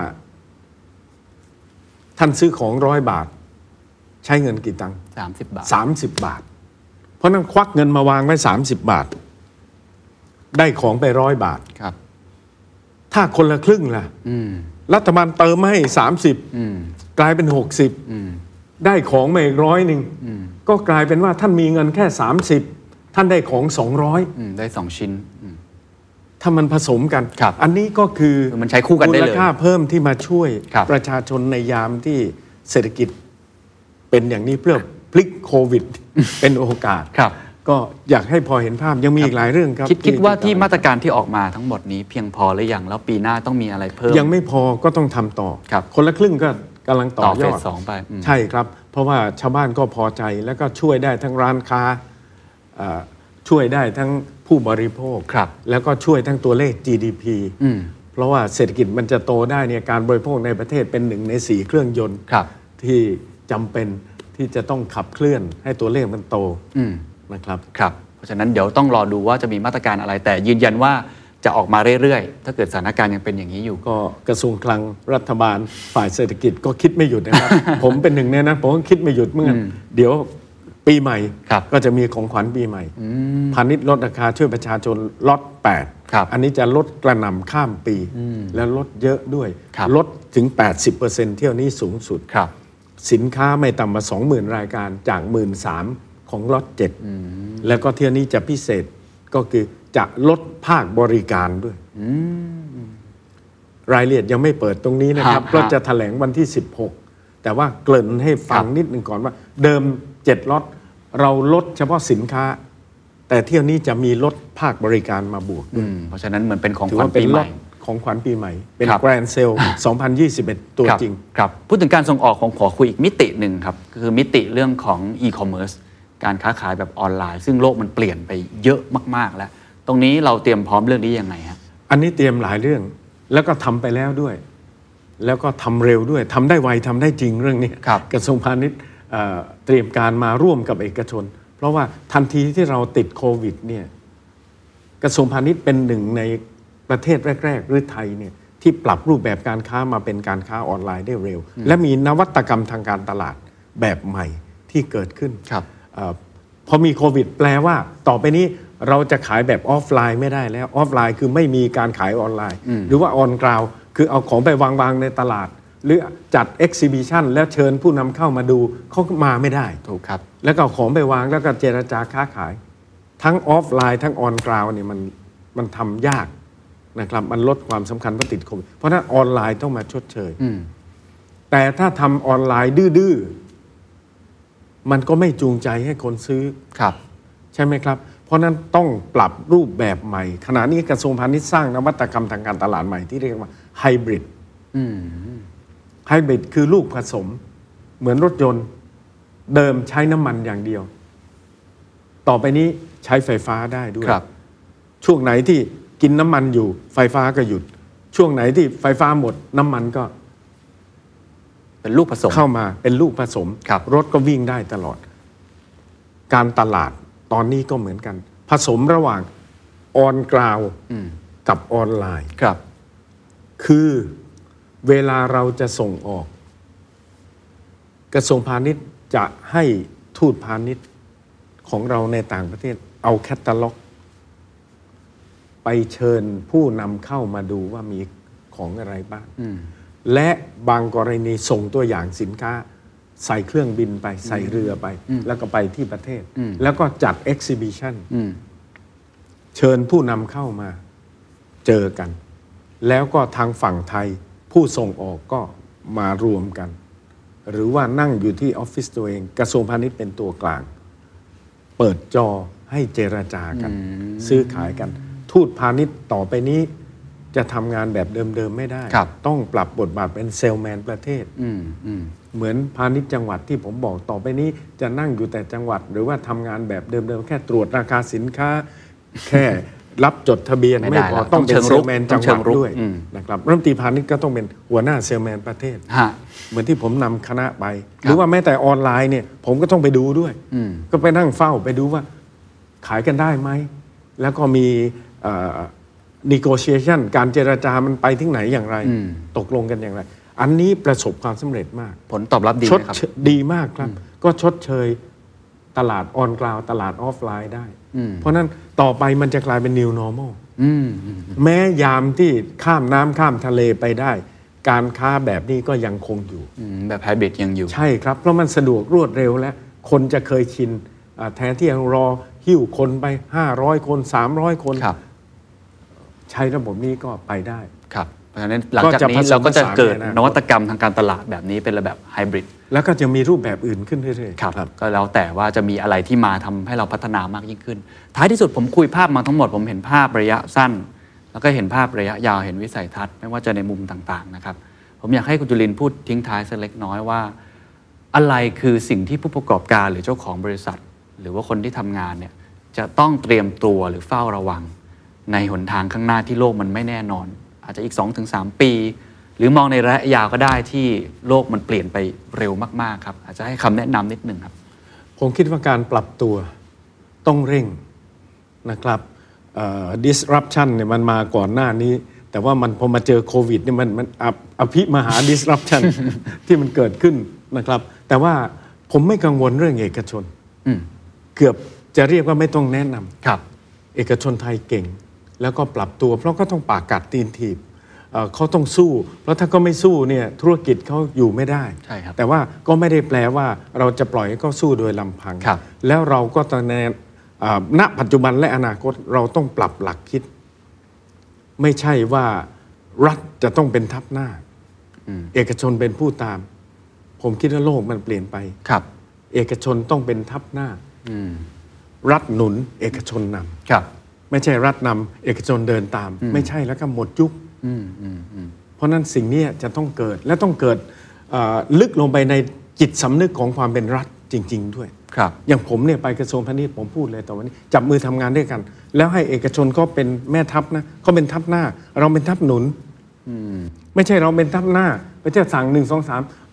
ท่านซื้อของ100 บาทใช้เงินกี่ตังค์
30 บาท
30 บาทเพราะนั้นควักเงินมาวางไว้30 บาทได้ของไป100 บาท
ครับ
ถ้าคนละครึ่งล่ะรัฐบาลเติมมาให้30กลายเป็น60ได้ของมาอีก100ก็กลายเป็นว่าท่านมีเงินแค่30ท่านได้ของ200
ได้2ชิ้น
ถ้ามันผสมกันอันนี้ก็คือ
มันใช้คู่กันได้เลย
มูลค่าเพิ่มที่มาช่วยประชาชนในยามที่เศรษฐกิจเป็นอย่างนี้เพื่อพลิกโควิดเป็นโอกาสก็อยากให้พอเห็นภาพยังมีอีกหลายเรื่องครับ
คิดว่าที่มาตรการที่ออกมาทั้งหมดนี้เพียงพอหรือยังแล้วปีหน้าต้องมีอะไรเพิ่ม
ยังไม่พอก็ต้องทำต่อคนละครึ่งก็กำลังต่อยอด
2ไป
ใช่ครับเพราะว่าชาวบ้านก็พอใจแล้วก็ช่วยได้ทั้งร้านค้าช่วยได้ทั้งผู้บริโภคแล้วก็ช่วยทั้งตัวเลข GDP เพราะว่าเศรษฐกิจมันจะโตได้เนี่ยการบริโภคในประเทศเป็น1 ใน 4เครื่องยนต์ที่จำเป็นที่จะต้องขับเคลื่อนให้ตัวเลขมันโตนะครับ
เพราะฉะนั้นเดี๋ยวต้องรอดูว่าจะมีมาตรการอะไรแต่ยืนยันว่าจะออกมาเรื่อยๆถ้าเกิดสถานการณ์ยังเป็นอย่างนี้อยู่
ก็กระทรวงคลังรัฐบาลฝ่ายเศรษฐกิจก็คิดไม่หยุดนะครับ ผมเป็นหนึ่งในนั้นผมก็คิดไม่หยุดเมื่อเดี๋ยวปีใหม่ก็จะมีของขวัญปีใหม่พาณิชย์ลดราคาช่วยประชาชนล็อต8อันนี้จะลดกระหน่ำข้ามปีและลดเยอะด้วยลดถึง 80% เที่ยวนี้สูงสุดสินค้าไม่ต่ำกว่า 20,000 รายการจาก 13,000 ของล็อต7แล้วก็เที่ยวนี้จะพิเศษก็คือจะลดภาคบริการด้วยรายละเอียดยังไม่เปิดตรงนี้นะครับเพราะจะแถลงวันที่16แต่ว่าเกริ่นให้ฟังนิดนึงก่อนว่าเดิม7ล็อตเราลดเฉพาะสินค้าแต่เที่ยวนี้จะมีลดภาคบริการมาบวกด้วย
เพราะฉะนั้นเหมือนเป็นของขวัญปีใหม่
ของขวัญปีใหม่เป็นแกรนด์เซล 2021 ตัวจริง
ครับพูดถึงการส่งออกของขอคุยอีกมิติหนึ่งครับคือมิติเรื่องของอีคอมเมิร์ซการค้าขายแบบออนไลน์ซึ่งโลกมันเปลี่ยนไปเยอะมากๆแล้วตรงนี้เราเตรียมพร้อมเรื่องนี้ยังไงครับ
อันนี้เตรียมหลายเรื่องแล้วก็ทำไปแล้วด้วยแล้วก็ทำเร็วด้วยทำได้ไวทำได้จริงเรื่องนี้กระทรวงพาณิชย์เตรียมการมาร่วมกับเอกชนเพราะว่าทันทีที่เราติดโควิดเนี่ยกระทรวงพาณิชย์เป็นหนึ่งในประเทศแรกๆหรือไทยเนี่ยที่ปรับรูปแบบการค้ามาเป็นการค้าออนไลน์ได้เร็วและมีนวัตกรรมทางการตลาดแบบใหม่ที่เกิดขึ้นพอมีโควิดแปลว่าต่อไปนี้เราจะขายแบบออฟไลน์ไม่ได้แล้วออฟไลน์คือไม่มีการขายออนไลน์หรือว่าออนกราวคือเอาของไปวางในตลาดหรือจัดเอ็กซิบิชันแล้วเชิญผู้นำเข้ามาดูเขามาไม่ได้
ถูกครับ
แล้วก็เอาของไปวางแล้วก็เจรจาค้าขายทั้งออฟไลน์ทั้งออนกราวเนี่ยมันทำยากนะครับมันลดความสำคัญเพราะติดโควิดเพราะนั้นออนไลน์ต้องมาชดเชยแต่ถ้าทำออนไลน์ดื้อๆมันก็ไม่จูงใจให้คนซื้อใช่ไหมครับเพราะนั้นต้องปรับรูปแบบใหม่ขณะนี้กระทรวงพาณิชย์สร้างนวัตกรรมทางการตลาดใหม่ที่เรียกว่าไฮบริดคือลูกผสมเหมือนรถยนต์เดิมใช้น้ำมันอย่างเดียวต่อไปนี้ใช้ไฟฟ้าได้ด้วยช่วงไหนที่กินน้ำมันอยู่ไฟฟ้าก็หยุดช่วงไหนที่ไฟฟ้าหมดน้ำมันก็
เป็นลูกผสม
เข้ามาเป็นลูกผสมรถก็วิ่งได้ตลอดการตลาดตอนนี้ก็เหมือนกันผสมระหว่างออนกราวกับออนไลน์คือเวลาเราจะส่งออกกระทรวงพาณิชย์จะให้ทูตพาณิชย์ของเราในต่างประเทศเอาแคตตาล็อกไปเชิญผู้นำเข้ามาดูว่ามีของอะไรบ้างและบางกรณีส่งตัวอย่างสินค้าใส่เครื่องบินไปใส่เรือไปแล้วก็ไปที่ประเทศแล้วก็จัดเอ็กซิบิชันเชิญผู้นำเข้ามาเจอกันแล้วก็ทางฝั่งไทยผู้ส่งออกก็มารวมกันหรือว่านั่งอยู่ที่ออฟฟิศตัวเองกระทรวงพาณิชย์เป็นตัวกลางเปิดจอให้เจรจากันซื้อขายกันทูตพาณิชย์ต่อไปนี้จะทำงานแบบเดิมๆไม่ได้ต้องปรับบทบาทเป็นเซลแมนประเทศเหมือนพาณิชย์จังหวัดที่ผมบอกต่อไปนี้จะนั่งอยู่แต่จังหวัดหรือว่าทำงานแบบเดิมๆแค่ตรวจราคาสินค้าแค่รับจดทะเบียนไม่พอต้องเป็นเซลแมนจังหวัดด้วยนะครับรัฐมนตรีพาณิชย์ก็ต้องเป็นหัวหน้าเซลแมนประเทศเหมือนที่ผมนำคณะไปหรือว่าแม้แต่ออนไลน์เนี่ยผมก็ต้องไปดูด้วยก็ไปนั่งเฝ้าไปดูว่าขายกันได้ไหมแล้วก็มีnegotiation การเจรจามันไปถึงไหนอย่างไรตกลงกันอย่างไรอันนี้ประสบความสำเร็จมาก
ผลตอบรับดีไหมครับ
ดีมากครับก็ชดเชยตลาดออนกราวตลาดออฟไลน์ได้เพราะนั้นต่อไปมันจะกลายเป็น new normal แม้ยามที่ข้ามน้ำข้ามทะเลไปได้การค้าแบบนี้ก็ยังคงอยู่
แบบไฮบริดยังอยู่
ใช่ครับเพราะมันสะดวกรวดเร็วและคนจะเคยชินแทนที่จะรอหิ้วคนไป500คน300คนใช้ระบบนี้ก็ไปได้
ครับเพราะฉะนั้นหลังจากนี้เราก็จะเกิดนวัตกรรมทางการตลาดแบบนี้เป็นระแบบไฮบริด
แล้วก็จะมีรูปแบบอื่นขึ้นเรื่อย
ๆครับก็แล้วแต่ว่าจะมีอะไรที่มาทำให้เราพัฒนามากยิ่งขึ้นท้ายที่สุดผมคุยภาพมาทั้งหมดผมเห็นภาพระยะสั้นแล้วก็เห็นภาพระยะยาวเห็นวิสัยทัศน์ไม่ว่าจะในมุมต่างๆนะครับผมอยากให้คุณจุลินทร์พูดทิ้งท้ายสักเล็กน้อยว่าอะไรคือสิ่งที่ผู้ประกอบการหรือเจ้าของบริษัทหรือว่าคนที่ทำงานเนี่ยจะต้องเตรียมตัวหรือเฝ้าระวังในหนทางข้างหน้าที่โลกมันไม่แน่นอนอาจจะอีก 2-3 ปีหรือมองในระยะยาวก็ได้ที่โลกมันเปลี่ยนไปเร็วมากๆครับอาจจะให้คำแนะนำนิดนึงครับ
ผมคิดว่าการปรับตัวต้องเร่งนะครับ disruption เนี่ยมันมาก่อนหน้านี้แต่ว่ามันพอมาเจอโควิดเนี่ยมันอภิมหา disruption ที่มันเกิดขึ้นนะครับแต่ว่าผมไม่กังวลเรื่องเอกชนเกือบจะเรียกว่าไม่ต้องแนะนำครับเอกชนไทยเก่งแล้วก็ปรับตัวเพราะก็ต้องปากกัดตีนถีบเขาต้องสู้เพราะถ้าก็ไม่สู้เนี่ยธุรกิจเขาอยู่ไม่ได้แต่ว่าก็ไม่ได้แปลว่าเราจะปล่อยให้เขาสู้โดยลำพังแล้วเราก็ตอนนี้ณปัจจุบันและอนาคตเราต้องปรับหลักคิดไม่ใช่ว่ารัฐจะต้องเป็นทัพหน้าเอกชนเป็นผู้ตามผมคิดว่าโลกมันเปลี่ยนไปครับเอกชนต้องเป็นทัพหน้ารัฐหนุนเอกชนนำไม่ใช่รัฐนำเอกชนเดินตามไม่ใช่แล้วก็หมดยุคเพราะนั้นสิ่งนี้จะต้องเกิดและต้องเกิดลึกลงไปในจิตสำนึกของความเป็นรัฐจริงๆด้วยอย่างผมเนี่ยไปกระทรวงพาณิชย์ผมพูดเลยตอนวันนี้จับมือทำงานด้วยกันแล้วให้เอกชนก็เป็นแม่ทัพนะเขาเป็นทัพหน้าเราเป็นทัพหนุนไม่ใช่เราเป็นทัพหน้าไม่ใช่สั่ง1 2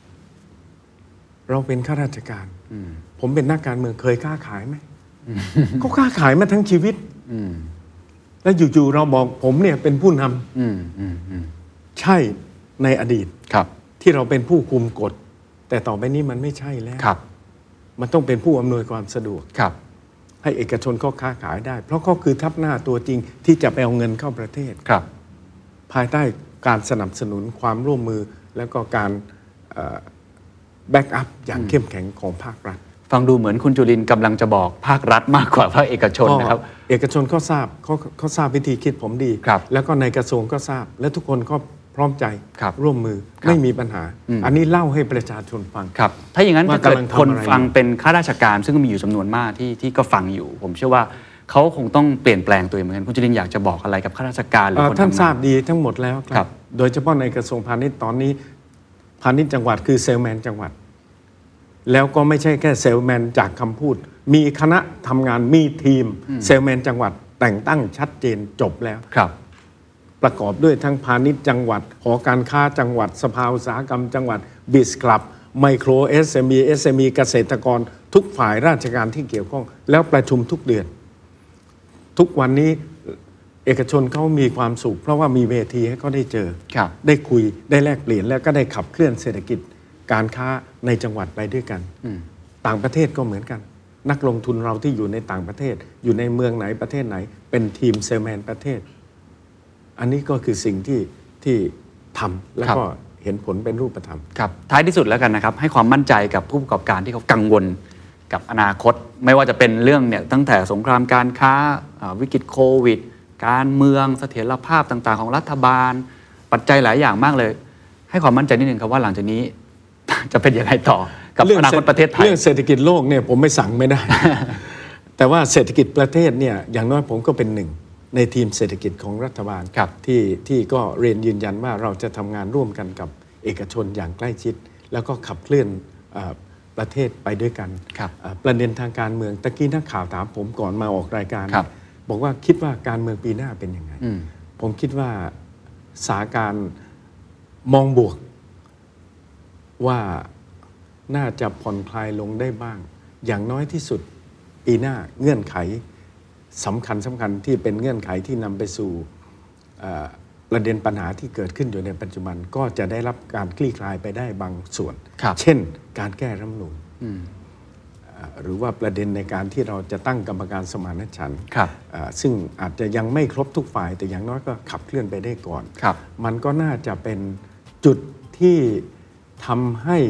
3เราเป็นข้าราชการผมเป็นนักการเมืองเคยค้าขายไหมเขาค้าขายมาทั้งชีวิตแล้วอยู่ๆเราบอกผมเนี่ยเป็นผู้นำใช่ในอดีตที่เราเป็นผู้คุมกฎแต่ต่อไปนี้มันไม่ใช่แล้วมันต้องเป็นผู้อำนวยความสะดวกให้เอกชนเขาค้าขายได้เพราะเขาคือทัพหน้าตัวจริงที่จะไปเอาเงินเข้าประเทศภายใต้การสนับสนุนความร่วมมือแล้วก็การแบ็กอัพอย่างเข้มแข็งของภาครัฐ
ฟังดูเหมือนคุณจุรินทร์กำลังจะบอกภาครัฐมากกว่าภาคเอกชนนะครับ
เอกชนเขาทราบวิธีคิดผมดีแล้วก็ในกระทรวงก็ทราบและทุกคนก็พร้อมใจร่วมมือไม่มีปัญหาอันนี้เล่าให้ประชาชนฟัง
ครับถ้าอย่างนั้นถ้าเกิดคนฟังเป็นข้าราชการซึ่งมีอยู่จำนวนมากที่ก็ฟังอยู่ผมเชื่อว่าเขาคงต้องเปลี่ยนแปลงตัวเองเหมือนกันคุณจุรินทร์อยากจะบอกอะไรกับข้าราชการหรือคนทำงาน
ท่านทราบดีทั้งหมดแล้วครับโดยเฉพาะในกระทรวงพาณิชย์ตอนนี้พาณิชย์จังหวัดคือเซลแมนจังหวัดแล้วก็ไม่ใช่แค่เซลแมนจากคำพูดมีคณะทำงานมีทีมเซลแมนจังหวัดแต่งตั้งชัดเจนจบแล้วประกอบด้วยทั้งพาณิชย์จังหวัดหอการค้าจังหวัดสภาอุตสาหกรรมจังหวัดบิสคลับไมโคร SME เกษตรกรทุกฝ่ายราชการที่เกี่ยวข้องแล้วประชุมทุกเดือนทุกวันนี้เอกชนเขามีความสุขเพราะว่ามีเวทีให้เขาได้เจอได้คุยได้แลกเปลี่ยนแล้วก็ได้ขับเคลื่อนเศรษฐกิจการค้าในจังหวัดไปด้วยกันต่างประเทศก็เหมือนกันนักลงทุนเราที่อยู่ในต่างประเทศอยู่ในเมืองไหนประเทศไหนเป็นทีมเซลแมนประเทศอันนี้ก็คือสิ่งที่ทำแล้วก็เห็นผลเป็นรูปธรรม
ครับท้ายที่สุดแล้วกันนะครับให้ความมั่นใจกับผู้ประกอบการที่เขากังวลกับอนาคตไม่ว่าจะเป็นเรื่องเนี่ยตั้งแต่สงครามการค้าวิกฤตโควิดการเมืองเสถียรภาพต่างๆของรัฐบาลปัจจัยหลายอย่างมากเลยให้ความมั่นใจนิดนึงครับว่าหลังจากนี้จะเป็นยังไงต่อกับอนาคตประเทศไทย
เรื่องเศรษฐกิจโลกเนี่ยผมไม่สั่งไม่ได้ แต่ว่าเศรษฐกิจประเทศเนี่ยอย่างน้อยผมก็เป็นหนึ่งในทีมเศรษฐกิจของรัฐบาลที่ก็เรียนยืนยันว่าเราจะทำงานร่วมกันกับเอกชนอย่างใกล้ชิดแล้วก็ขับเคลื่อนประเทศไปด้วยกันประเด็นทางการเมืองตะกี้นักข่าวถามผมก่อนมาออกรายการบอกว่าคิดว่าการเมืองปีหน้าเป็นยังไงผมคิดว่าสถานการณ์มองบวกว่าน่าจะผ่อนคลายลงได้บ้างอย่างน้อยที่สุดปีหน้าเงื่อนไขสำคัญที่เป็นเงื่อนไขที่นำไปสู่ประเด็นปัญหาที่เกิดขึ้นอยู่ในปัจจุบันก็จะได้รับการคลี่คลายไปได้บางส่วนเช่นการแก้รัฐธรรมนูญหรือว่าประเด็นในการที่เราจะตั้งกรรมการสมานฉันท์ซึ่งอาจจะยังไม่ครบทุกฝ่ายแต่อย่างน้อยก็ขับเคลื่อนไปได้ก่อนมันก็น่าจะเป็นจุดที่ทำให้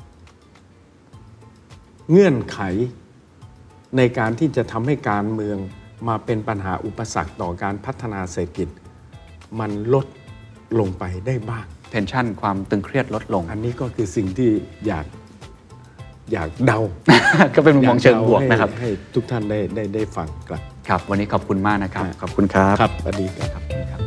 เงื่อนไขในการที่จะทำให้การเมืองมาเป็นปัญหาอุปสรรคต่อการพัฒนาเศรษฐกิจมันลดลงไปได้บ้าง
เทนชั่นความตึงเครียดลดลง
อันนี้ก็คือสิ่งที่อยากเดา
ก็เป็นมุมมองเชิงบวกนะครับ
ให้ทุกท่านได้ฟังครับ
วันนี้ขอบคุณมากนะครับขอบคุณครับ
ครับสวัสดีครับ